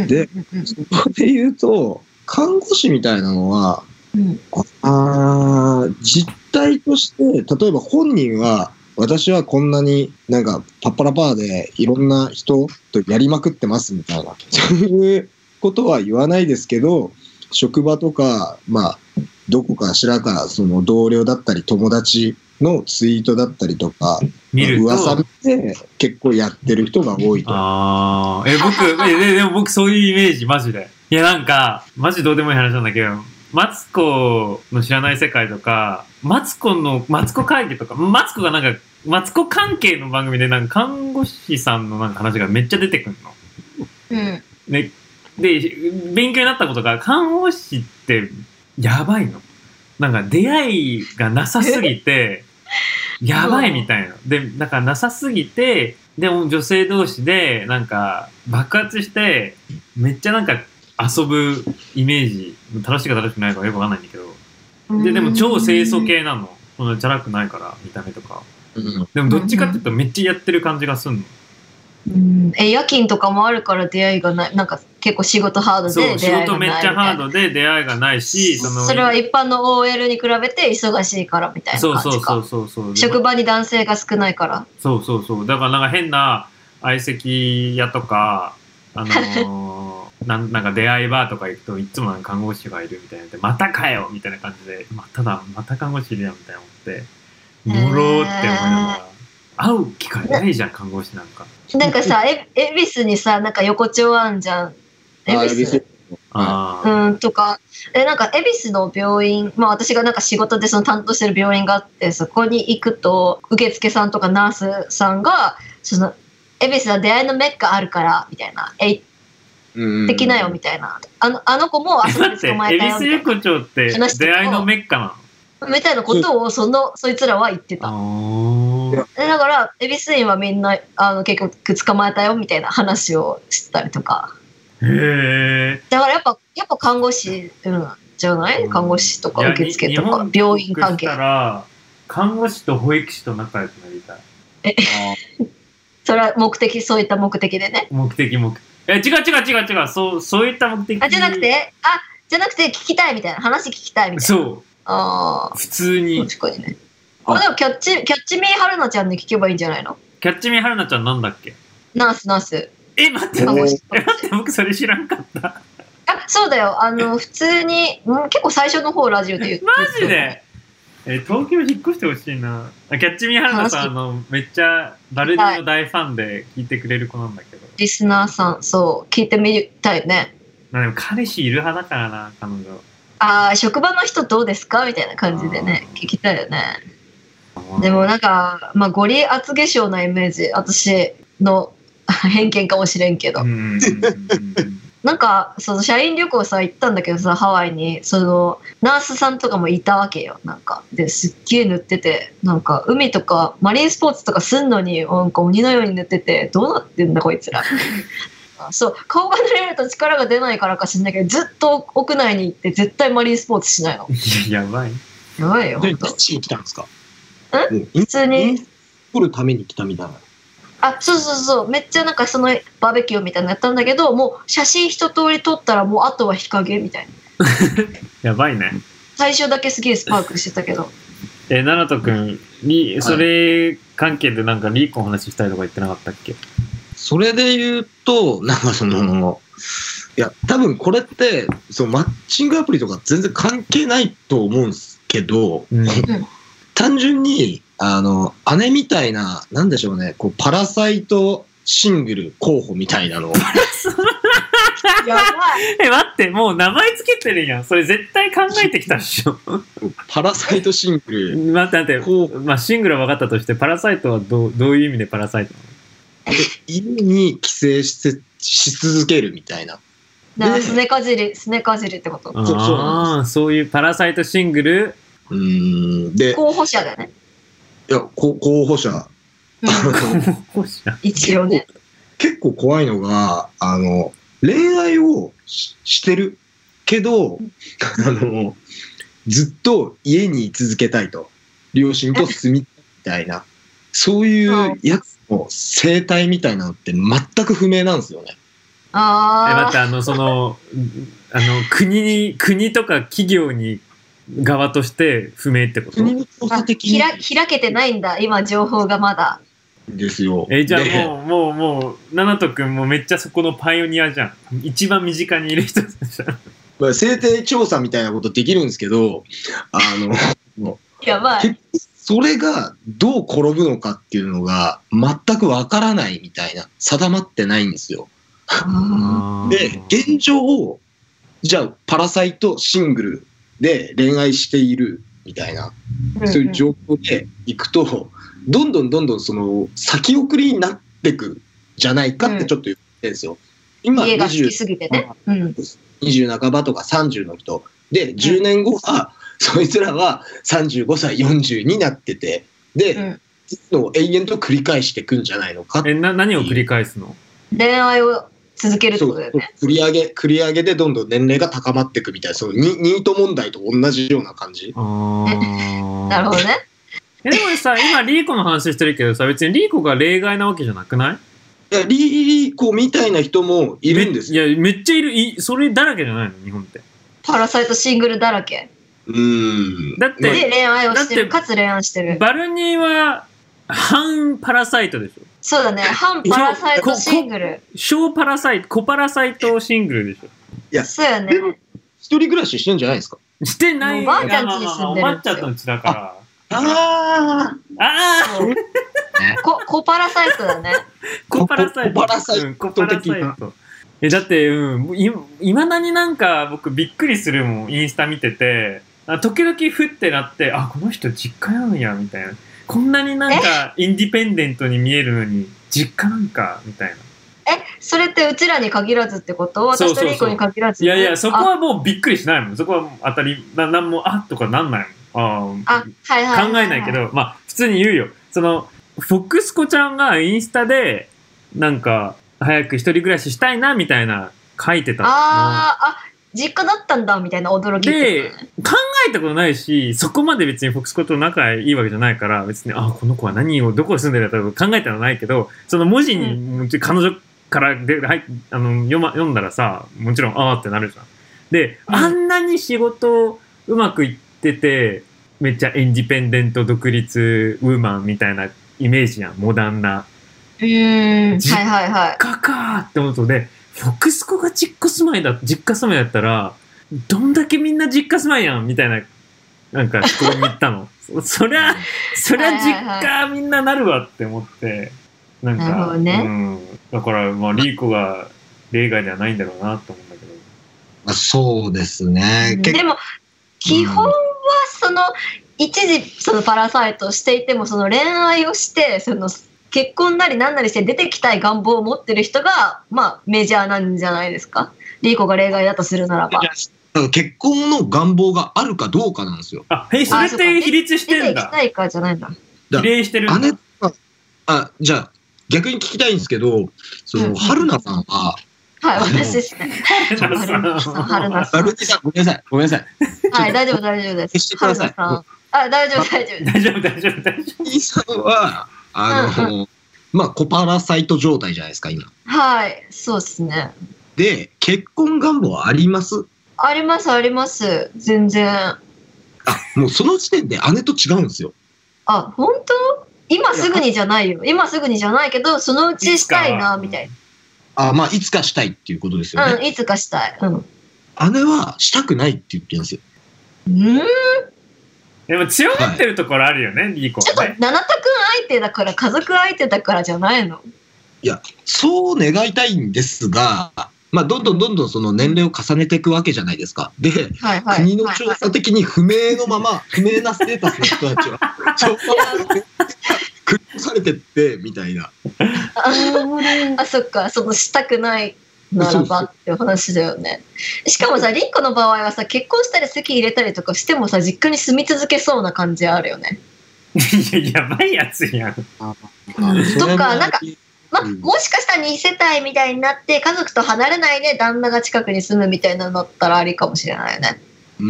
で、そこで言うと看護師みたいなのは、うん、あ実態として例えば本人は私はこんなになんかパッパラパーでいろんな人とやりまくってますみたいなそういうことは言わないですけど、職場とかまあどこかしらかその同僚だったり友達のツイートだったりとか見ると噂で結構やってる人が多いと。 ああ、え僕えでも僕そういうイメージマジで。いやなんかマジどうでもいい話なんだけど、マツコの知らない世界とか、マツコのマツコ会議とか、マツコがなんかマツコ関係の番組でなんか看護師さんのなんか話がめっちゃ出てくるの。うん。ね、で勉強になったことが看護師ってやばいの。なんか出会いがなさすぎて。やばいみたいな。で、だからなさすぎて、でも女性同士でなんか爆発して、めっちゃなんか遊ぶイメージ、楽しいか楽しくないかはよくわかんないんだけど。で、でも超清楚系なの。そんなチャラくないから、見た目とか。でもどっちかっていうとめっちゃやってる感じがすんの。 うん、え、夜勤とかもあるから出会いがない。なんか結構仕事ハードで出会いがない。 そう、仕事めっちゃハードで出会いがないし、 そのそれは一般の オーエル に比べて忙しいからみたいな感じか。 そうそうそうそうそう。 職場に男性が少ないから。 そうそうそう。だからなんか変な相席屋とか、あのー、な, なんか出会いバーとか行くといつもなんか看護師がいるみたいなで、またかよみたいな感じで、まただ、また看護師いるやんみたいな思って、もろーって思いながら。会う機会ないじゃん、看護師なんか。 なんかさ、え恵比寿にさ、なんか横丁あんじゃん。恵比寿。あうんとか、えなんか恵比寿の病院、まあ私がなんか仕事でその担当してる病院があって、そこに行くと受付さんとかナースさんがその恵比寿は出会いのメッカあるからみたいな、えいできなよみたいな、あのあの子も遊びで捕まえたよみたいな。 恵比寿横丁って出会いのメッカなのみたいなことをそのそいつらは言ってた。だから恵比寿院はみんなあの結局捕まえたよみたいな話をしたりとか。 へだからやっぱやっぱ看護師、うん、じゃない、うん、看護師とか受付とか病院関係。 したら看護師と保育士と仲良くなりたい。 えそれは目的、そういった目的でね。 目的目的。え違う違う違う違う、そうそういった目的。 あじゃなくてあじゃなくて聞きたいみたいな話聞きたいみたいな。 そう。ああ普通に。 確かにね。 あ、でもキャッチ、キャッチミーはるなちゃんに聞けばいいんじゃないの？ キャッチミーはるなちゃんなんだっけ？ ナース、ナース。 え、待って、 えーえ、待って、僕それ知らんかった。 あ、そうだよ。あの、普通に、うん、結構最初の方ラジオで言ってマジでえ、東京引っ越してほしいな。キャッチミーはるなさん、あの、めっちゃバルディの大ファンで聞いてくれる子なんだけど。 リスナーさん、そう、聞いてみたいね。 まあでも彼氏いる派だからな、彼女。 ああ、職場の人どうですかみたいな感じでね、聞きたいよね。でもなんか、まあ、ゴリ厚化粧なイメージ、私の偏見かもしれんけど。なんか、その社員旅行さ、行ったんだけどさ、ハワイに、その、ナースさんとかもいたわけよ。なんか、で、すっげえ塗ってて、なんか、海とか、マリンスポーツとかすんのに、なんか鬼のように塗ってて、どうなってんだこいつら。そう、顔が濡れると力が出ないからか知んないけど、ずっと屋内に行って絶対マリンスポーツしないの。 いや、やばい。 やばいよ、 で、 ほんと。 どっちに来たんですか？ ん普通に。 取るために来たみたいな。 あ、そうそうそう。めっちゃなんかそのバーベキューみたいなのやったんだけど、もう写真一通り撮ったらもうあとは日陰みたいな。 やばいね。 最初だけすげえスパークしてたけど。 え、ナナト君に、それ関係でなんかリーコの話したいとか言ってなかったっけ？ それで言うと、なんかその、いや、多分これって、そのマッチングアプリとか全然関係ないと思うんですけど、 うん、 単純に、あの、姉みたいな、なんでしょうね、こう、パラサイトシングル候補みたいなのを。 やばい。 え、待って、もう名前つけてるやん。それ絶対考えてきたっしょ。 パラサイトシングル。 待って待って、まあ、シングルは分かったとして、パラサイトはどう、どういう意味でパラサイトなの？ 家に寄生しし続けるみたいな。 だからすねかじり、すねかじりってこと。 ああ、そういうパラサイトシングル。 うーん。で、 候補者だね。 いや、こ候補者。 候補者。 一応ね。 結構怖いのが、あの、恋愛を し, してるけど、あの、ずっと家に居続けたいと。両親と住みたいみたいな。そういうやつの生態みたいなのって全く不明なんですよね。 ああ。 え、待って、あの、その、あの、国に、国とか企業に、側として不明ってこと？ 国の調査的に。 開開けてないんだ、今情報がまだ。 ですよ。 え、じゃあもう、もう、もう、ナナト君もめっちゃそこのパイオニアじゃん。一番身近にいる人じゃん。 まあ、生態調査みたいなことできるんですけど、あの、 やばい。 それがどう転ぶのかっていうのが全くわからないみたいな、定まってないんですよ。で、現状、じゃあパラサイトシングルで恋愛しているみたいな、そういう状況でいくと、どんどんどんどんその先送りになってくじゃないかってちょっと言ってるんですよ。今家が好きすぎてね。うん、 にじゅう半ばとかさんじゅうの人で、じゅうねんごは、そいつらはさんじゅうごさい、よんじゅうになってて、で、うん、の永遠と繰り返していくんじゃないのか。 え、な、何を繰り返すの？ 恋愛を続けるってことだよね。 繰り上げ、繰り上げでどんどん年齢が高まっていくみたいな、そのニニート問題と同じような感じ。 あなるほどね。 え、でもさ、今リーコの話してるけどさ、別にリーコが例外なわけじゃなくない？ いや、リーコみたいな人もいるんですよ。いや、めっちゃいる。いそれだらけじゃないの日本って。 パラサイトシングルだらけ。 うーん。 だって、 で、恋愛をしてる。かつ恋愛してる。 バルニーは、反パラサイトでしょ？ そうだね。反パラサイトシングル。 小パラサイト、小パラサイトシングルでしょ？ いや、 そうやね。 でも、一人暮らししてんじゃないですか？ してない。 おばあちゃん家に住んでるんですよ。 おばあちゃんの家だから。 ああああこ、コパラサイトだね。 コパラサイト。 コパラサイト。 うん、コパラサイト。え、だって、うん、い、いまだになんか僕びっくりするもん、インスタ見てて、あ時々ふってなって、あ、この人実家なんや、みたいな。こんなになんかインディペンデントに見えるのに、実家なんか、みたいな。 え、それってうちらに限らずってこと？私とリーコに限らず？ いやいや、そこはもうびっくりしないもん。そこは当たり、ななんも、あとかなんないもん。ああ、はいはいはいはい、 考えないけど、まあ、普通に言うよ。その、フォックスコちゃんがインスタで、なんか、早く一人暮らししたいな、みたいな、書いてたの。 ああ、あ、実家だったんだ、みたいな驚き、ね。 で、考えたことないし、そこまで別にフォックスコと仲いいわけじゃないから、別に、あ、この子は何を、どこに住んでるんだと考えたのはないけど、その文字に、うん、彼女からで、はい、あの、読ま、読んだらさ、もちろん、あーってなるじゃん。で、うん、あんなに仕事うまくいってて、 めっちゃインディペンデント独立ウーマンみたいなイメージやん、モダンな。 うーん、はいはいはい。 実家かーって思うとで、フォクスコが実家住まいだ、実家住まいだったら、どんだけみんな実家住まいやんみたいな、なんか思考に行ったの。そ, そりゃ、そりゃ実家みんななるわって思って、なんか、 なるほどね。 うん。だから、まあ、リーコが例外ではないんだろうなと思うんだけど。 まあ、そうですね。 でも、基本はその、一時そのパラサイトをしていても、その恋愛をして、その結婚なり何なりして出てきたい願望を持ってる人が、まあメジャーなんじゃないですか。リーコが例外だとするならば。 結婚の願望があるかどうかなんですよ。 あ、へい、それって比率してんだ。 出てきたいかじゃないんだ。 比例してるんだ。 姉は、あ、じゃあ逆に聞きたいんですけど、その、春菜さんは、 はい、私ですね。 春菜さん。 春菜さん。 春菜さん、ごめんなさい、ごめんなさい。 はい、大丈夫、大丈夫です。 消してください。 春菜さん。あ、大丈夫、大丈夫。 大丈夫、大丈夫、大丈夫。 イーさんは、あの、まあ、コパラサイト状態じゃないですか、今。 はい、そうですね。 で、結婚願望あります？ あります、あります。全然。 あ、もうその時点で姉と違うんですよ。 あ、本当？今すぐにじゃないよ。今すぐにじゃないけど、そのうちしたいな、みたいな。あ、まあ、いつかしたいっていうことですよね。 うん、いつかしたい。うん。 姉はしたくないって言ってるんですよ。 うーん。 でも強がってるところあるよね、リーコちょっと、 はね。 七田くん相手だから、家族相手だからじゃないの？ いや、そう願いたいんですが、まあ、どんどんどんどんその年齢を重ねていくわけじゃないですか。で、 はいはい、 国の調査的に不明のまま、不明なステータスの人たちは、調査繰りされてって、みたいな。 あ, あ、そっか、そのしたくないならばっていう話だよね。しかもさ、リンコの場合はさ、結婚したり籍入れたりとかしてもさ、実家に住み続けそうな感じあるよね。 いや、やばいやつやん。 とか、なんか、ま、もしかしたらに世帯みたいになって家族と離れないで旦那が近くに住むみたいなのだったらありかもしれないよね。 うん、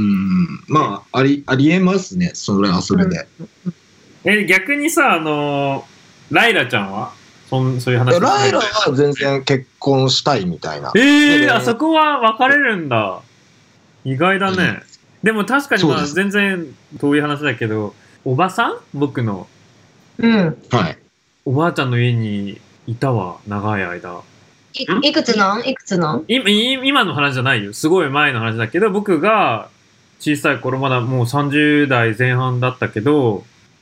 まあ、あり、ありえますね、それはそれで。 うん、え、逆にさ、あのー、ライラちゃんはそんそういう話。 ライラは全然結婚したいみたいな。 えー、あそこは分かれるんだ。意外だね。うん、でも確かにまあ全然遠い話だけど、おばさん僕の。 うん。 はい。 おばあちゃんの家にいたわ、長い間。 い, いくつなんいくつなん今今の話じゃないよ。すごい前の話だけど、僕が小さい頃まだもうさんじゅう代前半だったけど、 うん、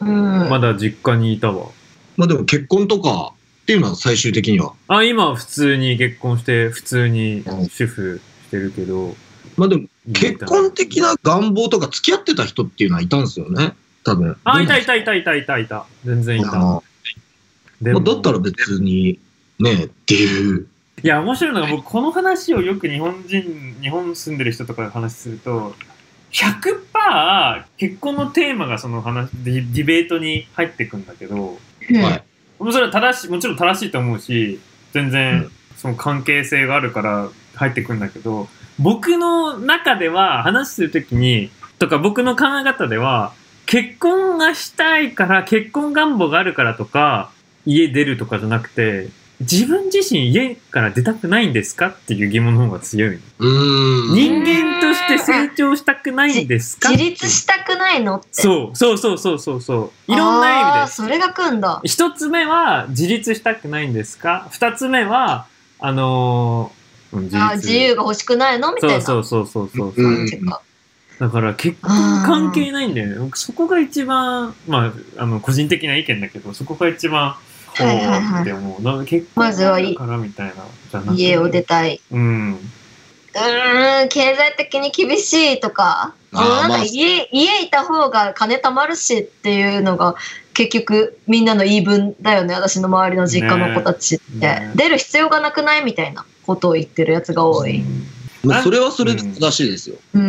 まだ実家にいたわ。 まあでも結婚とかっていうのは最終的には。 あ、今は普通に結婚して普通に主婦してるけど。 まあでも結婚的な願望とか付き合ってた人っていうのはいたんですよね。多分。 あ、いたいたいたいたいたいた。全然いた。 でも、まあ、だったら別にねっていう。 いや面白いのが僕この話をよく日本人日本住んでる人とかで話すると ひゃくパーセント 結婚のテーマがその話ディ、ディベートに入ってくんだけど、 はい、 もそれは正しいもちろん正しいと思うし全然その関係性があるから入ってくんだけど、僕の中では話するときにとか僕の考え方では結婚がしたいから結婚願望があるからとか家出るとかじゃなくて自分自身家から出たくないんですかっていう疑問の方が強い。 うーん人間として成長したくないんですか？ 自立したくないのって。 そうそうそうそうそうそういろんな意味で。 それが来んだ。 一つ目は自立したくないんですか？二つ目はあのー、 自, あ自由が欲しくないのみたいな。 そうそうそうそうそう。 うん、 だから結婚関係ないんだよね。そこが一番まああの個人的な意見だけどそこが一番。はいはいはい、でもなんか結婚からみたいなじゃなくて家を出たい。 うん。 うーん経済的に厳しいとか、なんか家、まあ、家いた方が金貯まるしっていうのが結局みんなの言い分だよね。私の周りの実家の子たちって、ねね、出る必要がなくないみたいなことを言ってるやつが多い。 まあ、それはそれで正しいですよ。 うん。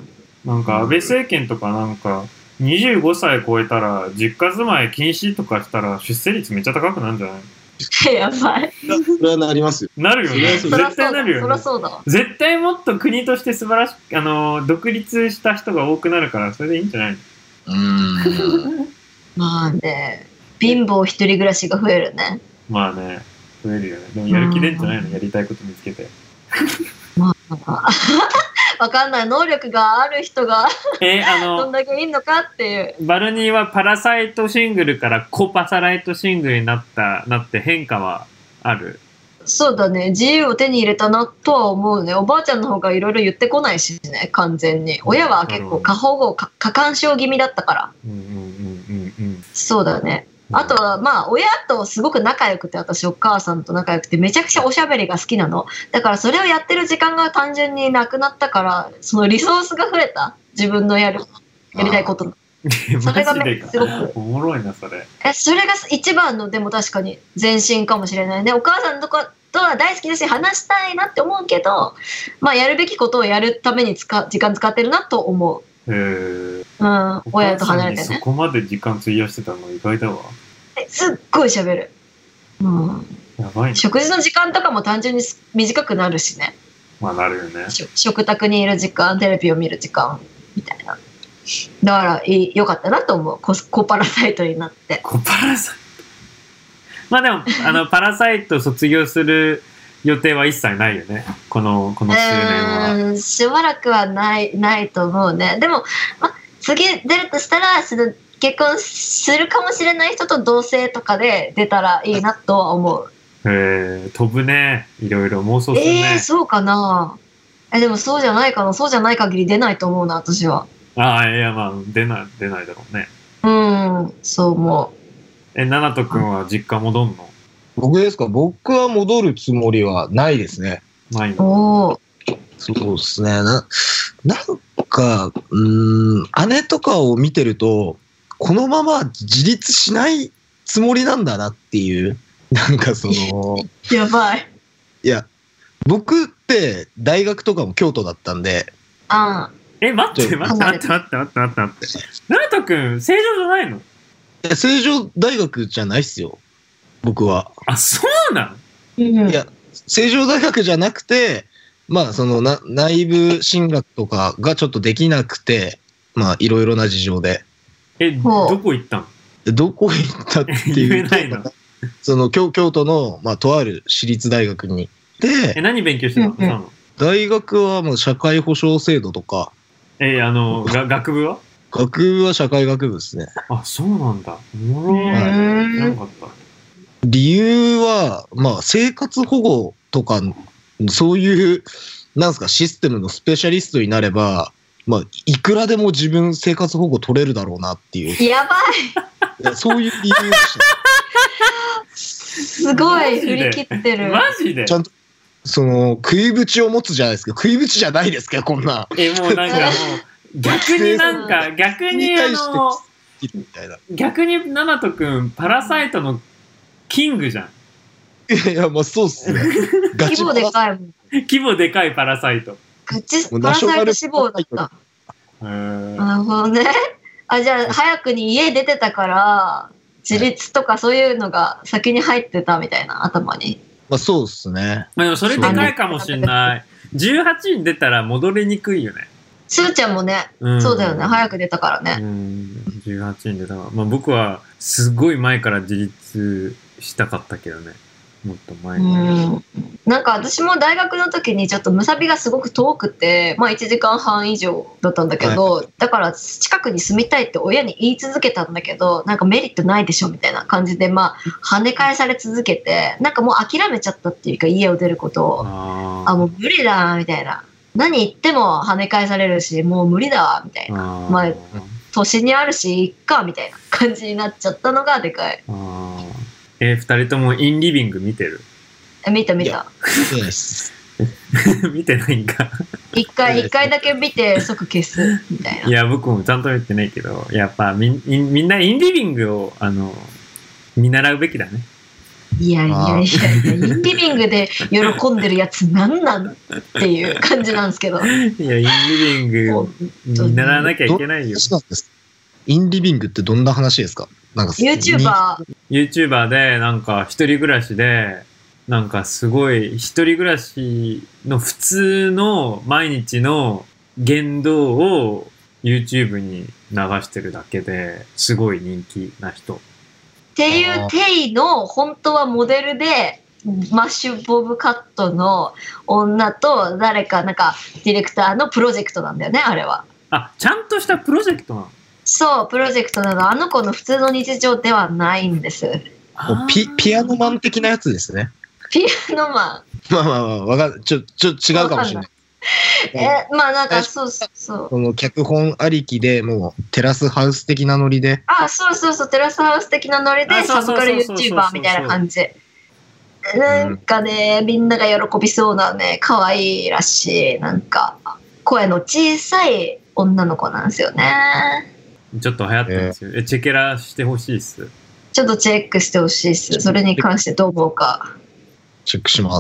なんか安倍政権とかなんか。にじゅうごさい超えたら実家住まい禁止とかしたら出生率めっちゃ高くなるんじゃないやばい。 それはなりますよ。 なるよね。絶対なるよね。 そりゃそうだ。 絶対もっと国として素晴らしく、あの、独立した人が多くなるからそれでいいんじゃないの？ うーん。 まあね、貧乏一人暮らしが増えるね。 まあね、増えるよね。でもやる気出んじゃないの？やりたいこと見つけて。 まあ、まわかんない。能力がある人がえあのどんだけいいのかっていう。 バルニーはパラサイトシングルからコパサライトシングルになったなって変化はある？ そうだね。自由を手に入れたなとは思うね。おばあちゃんの方がいろいろ言ってこないしね、完全に。親は結構過保護、過干渉気味だったから。 うんうんうんうんうん。 そうだね。あとはまあ親とすごく仲良くて、私お母さんと仲良くてめちゃくちゃおしゃべりが好きなの。だからそれをやってる時間が単純になくなったから、そのリソースが増えた。自分のやるやりたいことの。それがねすごくおもろいなそれ。 えそれが一番のでも確かに前進かもしれないね。お母さんとかとは大好きだし話したいなって思うけど、まあやるべきことをやるために使時間使ってるなと思う。 へえ。 うん、親と離れてね。 そこまで時間費やしてたの意外だわ。 すっごい喋る。うん。 やばいね。 食事の時間とかも単純に短くなるしね。 まあなるよね。 食卓にいる時間、テレビを見る時間みたいな。だからいい良かったなと思う。コ、コパラサイトになって。 コパラサイト。まあでもあのパラサイト卒業する予定は一切ないよね。このこの数年は。 しばらくはないないと思うね。でも、ま、次出るとしたらその結婚するかもしれない人と同棲とかで出たらいいなとは思う。 へえ、飛ぶね。いろいろ妄想するね。 えー、そうかな。えでもそうじゃないかな。そうじゃない限り出ないと思うな、私は。 ああ、いやまあ出ない出ないだろうね。 うん、そう思う。 え、ナナト君は実家戻んの？ 僕ですか？僕は戻るつもりはないですね。 ないの？ おー。 そうですね。な、なんか、うーん、姉とかを見てると、このまま自立しないつもりなんだなっていう、なんかその、 やばい。 いや、僕って大学とかも京都だったんで、 あん。 え、待って待って待って待って待って待って待って。ナナト君、正常じゃないの？ いや成城大学じゃないっすよ、僕は。 あ、そうなの？ うん、 いや、成城大学じゃなくて、まあ、そのな内部進学とかがちょっとできなくて、まあ、いろいろな事情で。 え、どこ行ったの？ どこ行ったっていう言えないの？ その京京都の、まあ、とある私立大学に。で、 え、何勉強してたの？ うんうんの大学はもう社会保障制度とか。 え、あの、が学部は？ 学部は社会学部ですね。 あ、そうなんだ。おもろい。 うん知らなかった。 理由は、まあ、生活保護とか、そういう、なんすか、システムのスペシャリストになれば、まあ、いくらでも自分生活保護取れるだろうなっていう。 やばいやそういう理由でした。 い。すごい振り切ってる。 マジで？ ちゃんと、その、食いぶちを持つじゃないですか。食いぶちじゃないですか、こんな。 え、もうなんかもう、逆になんか、逆にあの、 みたいな。 逆にナナト君、パラサイトのキングじゃん。 いやいや、まあそうっすね。ガ規模でかいもん。 規模でかいパラサイト。 ガチパラサイト志望だった。 へーなるほどね。あ、じゃあ早くに家出てたから自立とかそういうのが先に入ってたみたいな、頭に。 まあそうっすね。 まあでもそれでかいかもしれない。じゅうはちに出たら戻りにくいよね。 すーちゃんもね、 うん、 そうだよね。早く出たからうね。 ん、じゅうはちに出たから。まあ僕はすごい前から自立したかったけどね。もっと前から。 うん。なんか私も大学の時にちょっとむさびがすごく遠くて、まあいちじかんはん以上だったんだけど、はい、だから近くに住みたいって親に言い続けたんだけど、なんかメリットないでしょみたいな感じで、まあ跳ね返され続けて、なんかもう諦めちゃったっていうか、家を出ることを。ああ、もう無理だみたいな。何言っても跳ね返されるし、もう無理だわみたいな。あまあ年にあるしいっかみたいな感じになっちゃったのがでかい。 あえー、二人ともインリビング見てる？ 見た見た。 見てないんか。 一回一回だけ見て即消すみたいな。 いや僕もちゃんと見てないけど、やっぱみみんなインリビングをあの見習うべきだね。 いやいやいやいや、インリビングで喜んでるやつなんなんっていう感じなんですけど。いや、 インリビング見習わなきゃいけないよ。 インリビングってどんな話ですか？なんか YouTuber。 YouTuber で、なんか一人暮らしで、なんかすごい一人暮らしの普通の毎日の言動を YouTube に流してるだけですごい人気な人。 っていうテイの本当はモデルでマッシュボブカットの女と誰かなんかディレクターのプロジェクトなんだよね、あれは。 あ、ちゃんとしたプロジェクトなの？ そう、プロジェクトなの。あの子の普通の日常ではないんです。 ピピアノマン的なやつですね。 ピアノマン。まあまあまあ、わかんちょ、ちょ、違うかもしれない。 え、まあなんか、そうそうそう。 この脚本ありきでもうテラスハウス的なノリで。 あ、そうそうそう、テラスハウス的なノリでサブカル YouTuber みたいな感じ。なんかね、みんなが喜びそうなね、可愛いらしい、なんか、声の小さい女の子なんですよね。 ちょっと流行ってるんですよ。えー、チェケラしてほしいっす。 ちょっとチェックしてほしいっす。それに関してどう思うか。 チェックします。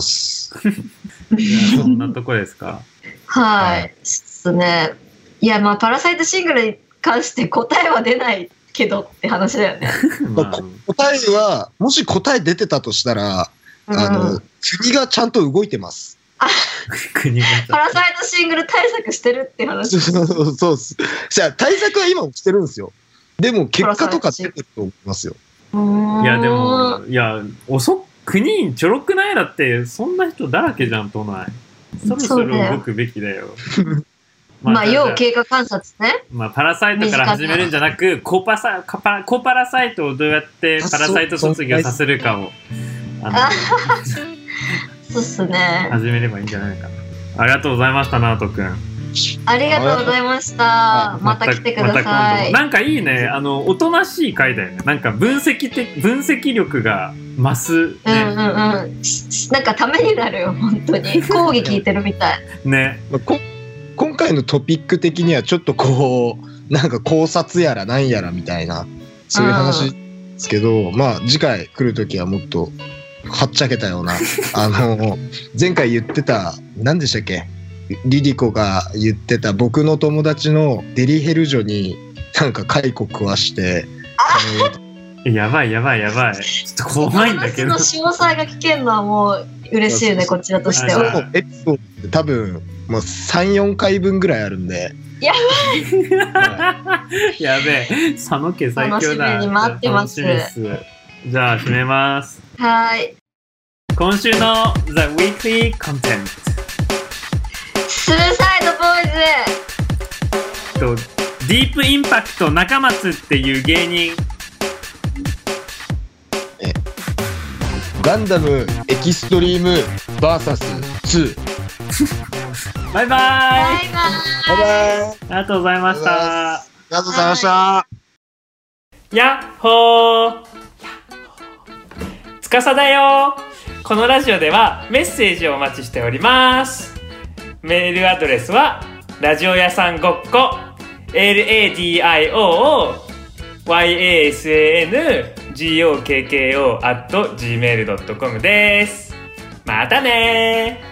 そんなとこですか？ はい。ですね。いや、まあ、パラサイトシングルに関して答えは出ないけどって話だよね。 まあ、答えは、もし答え出てたとしたら、うん、あの、国がちゃんと動いてます。 国がパラサイトシングル対策してるって話。 そうそうそう。じゃあ、対策は今もしてるんですよ。でも、結果とか出てると思いますよ。 いや、でも、いや、遅国ちょろくない？だって、そんな人だらけじゃん、都内。そろそろ動くべきだよ。 まあ、まあ、要経過観察ね。 まあ、パラサイトから始めるんじゃなく、コパサ、コパ、コパラサイトをどうやってパラサイト卒業させるかを、あの、 そうっすね。 始めればいいんじゃないかな。ありがとうございました、ナオトくん。 ありがとうございました。また来てください。 なんかいいね。あの、おとなしい回だよね。なんか分析的、分析力が増す、ね。 うんうんうん。なんかためになるよ、本当に。講義聞いてるみたい。 ね。 こ今回のトピック的にはちょっとこう、なんか考察やらなんやらみたいな、そういう話ですけど、まあ次回来るときはもっとはっちゃけたような、あの、前回言ってた、何でしたっけ？リリコが言ってた僕の友達のデリヘル女になんか解雇食わしてやばいやばいやばいちょっと怖いんだけどその詳細が聞けるのはもう嬉しいよねこちらとしては。 エピソードって多分もう さん,よん 回分ぐらいあるんでやばいやべえ佐野家最強だ。 楽しみに待ってます。 じゃあ締めます。 はい、 今週の The Weekly Content スーサイドボーとイディープインパクト中松っていう芸人。 えガンダムエキストリーム ブイエスツーバイバイ。 バイバイ。 バイバイ。 ありがとうございました。 ありがとうございました。 やっほー。つかさだよ。このラジオではメッセージをお待ちしております。メールアドレスはラジオ屋さんごっこ エルエーディーアイオーオーワイエーエスエーエヌジーオーケーケーオー アットジーメールドットコム です。またねー。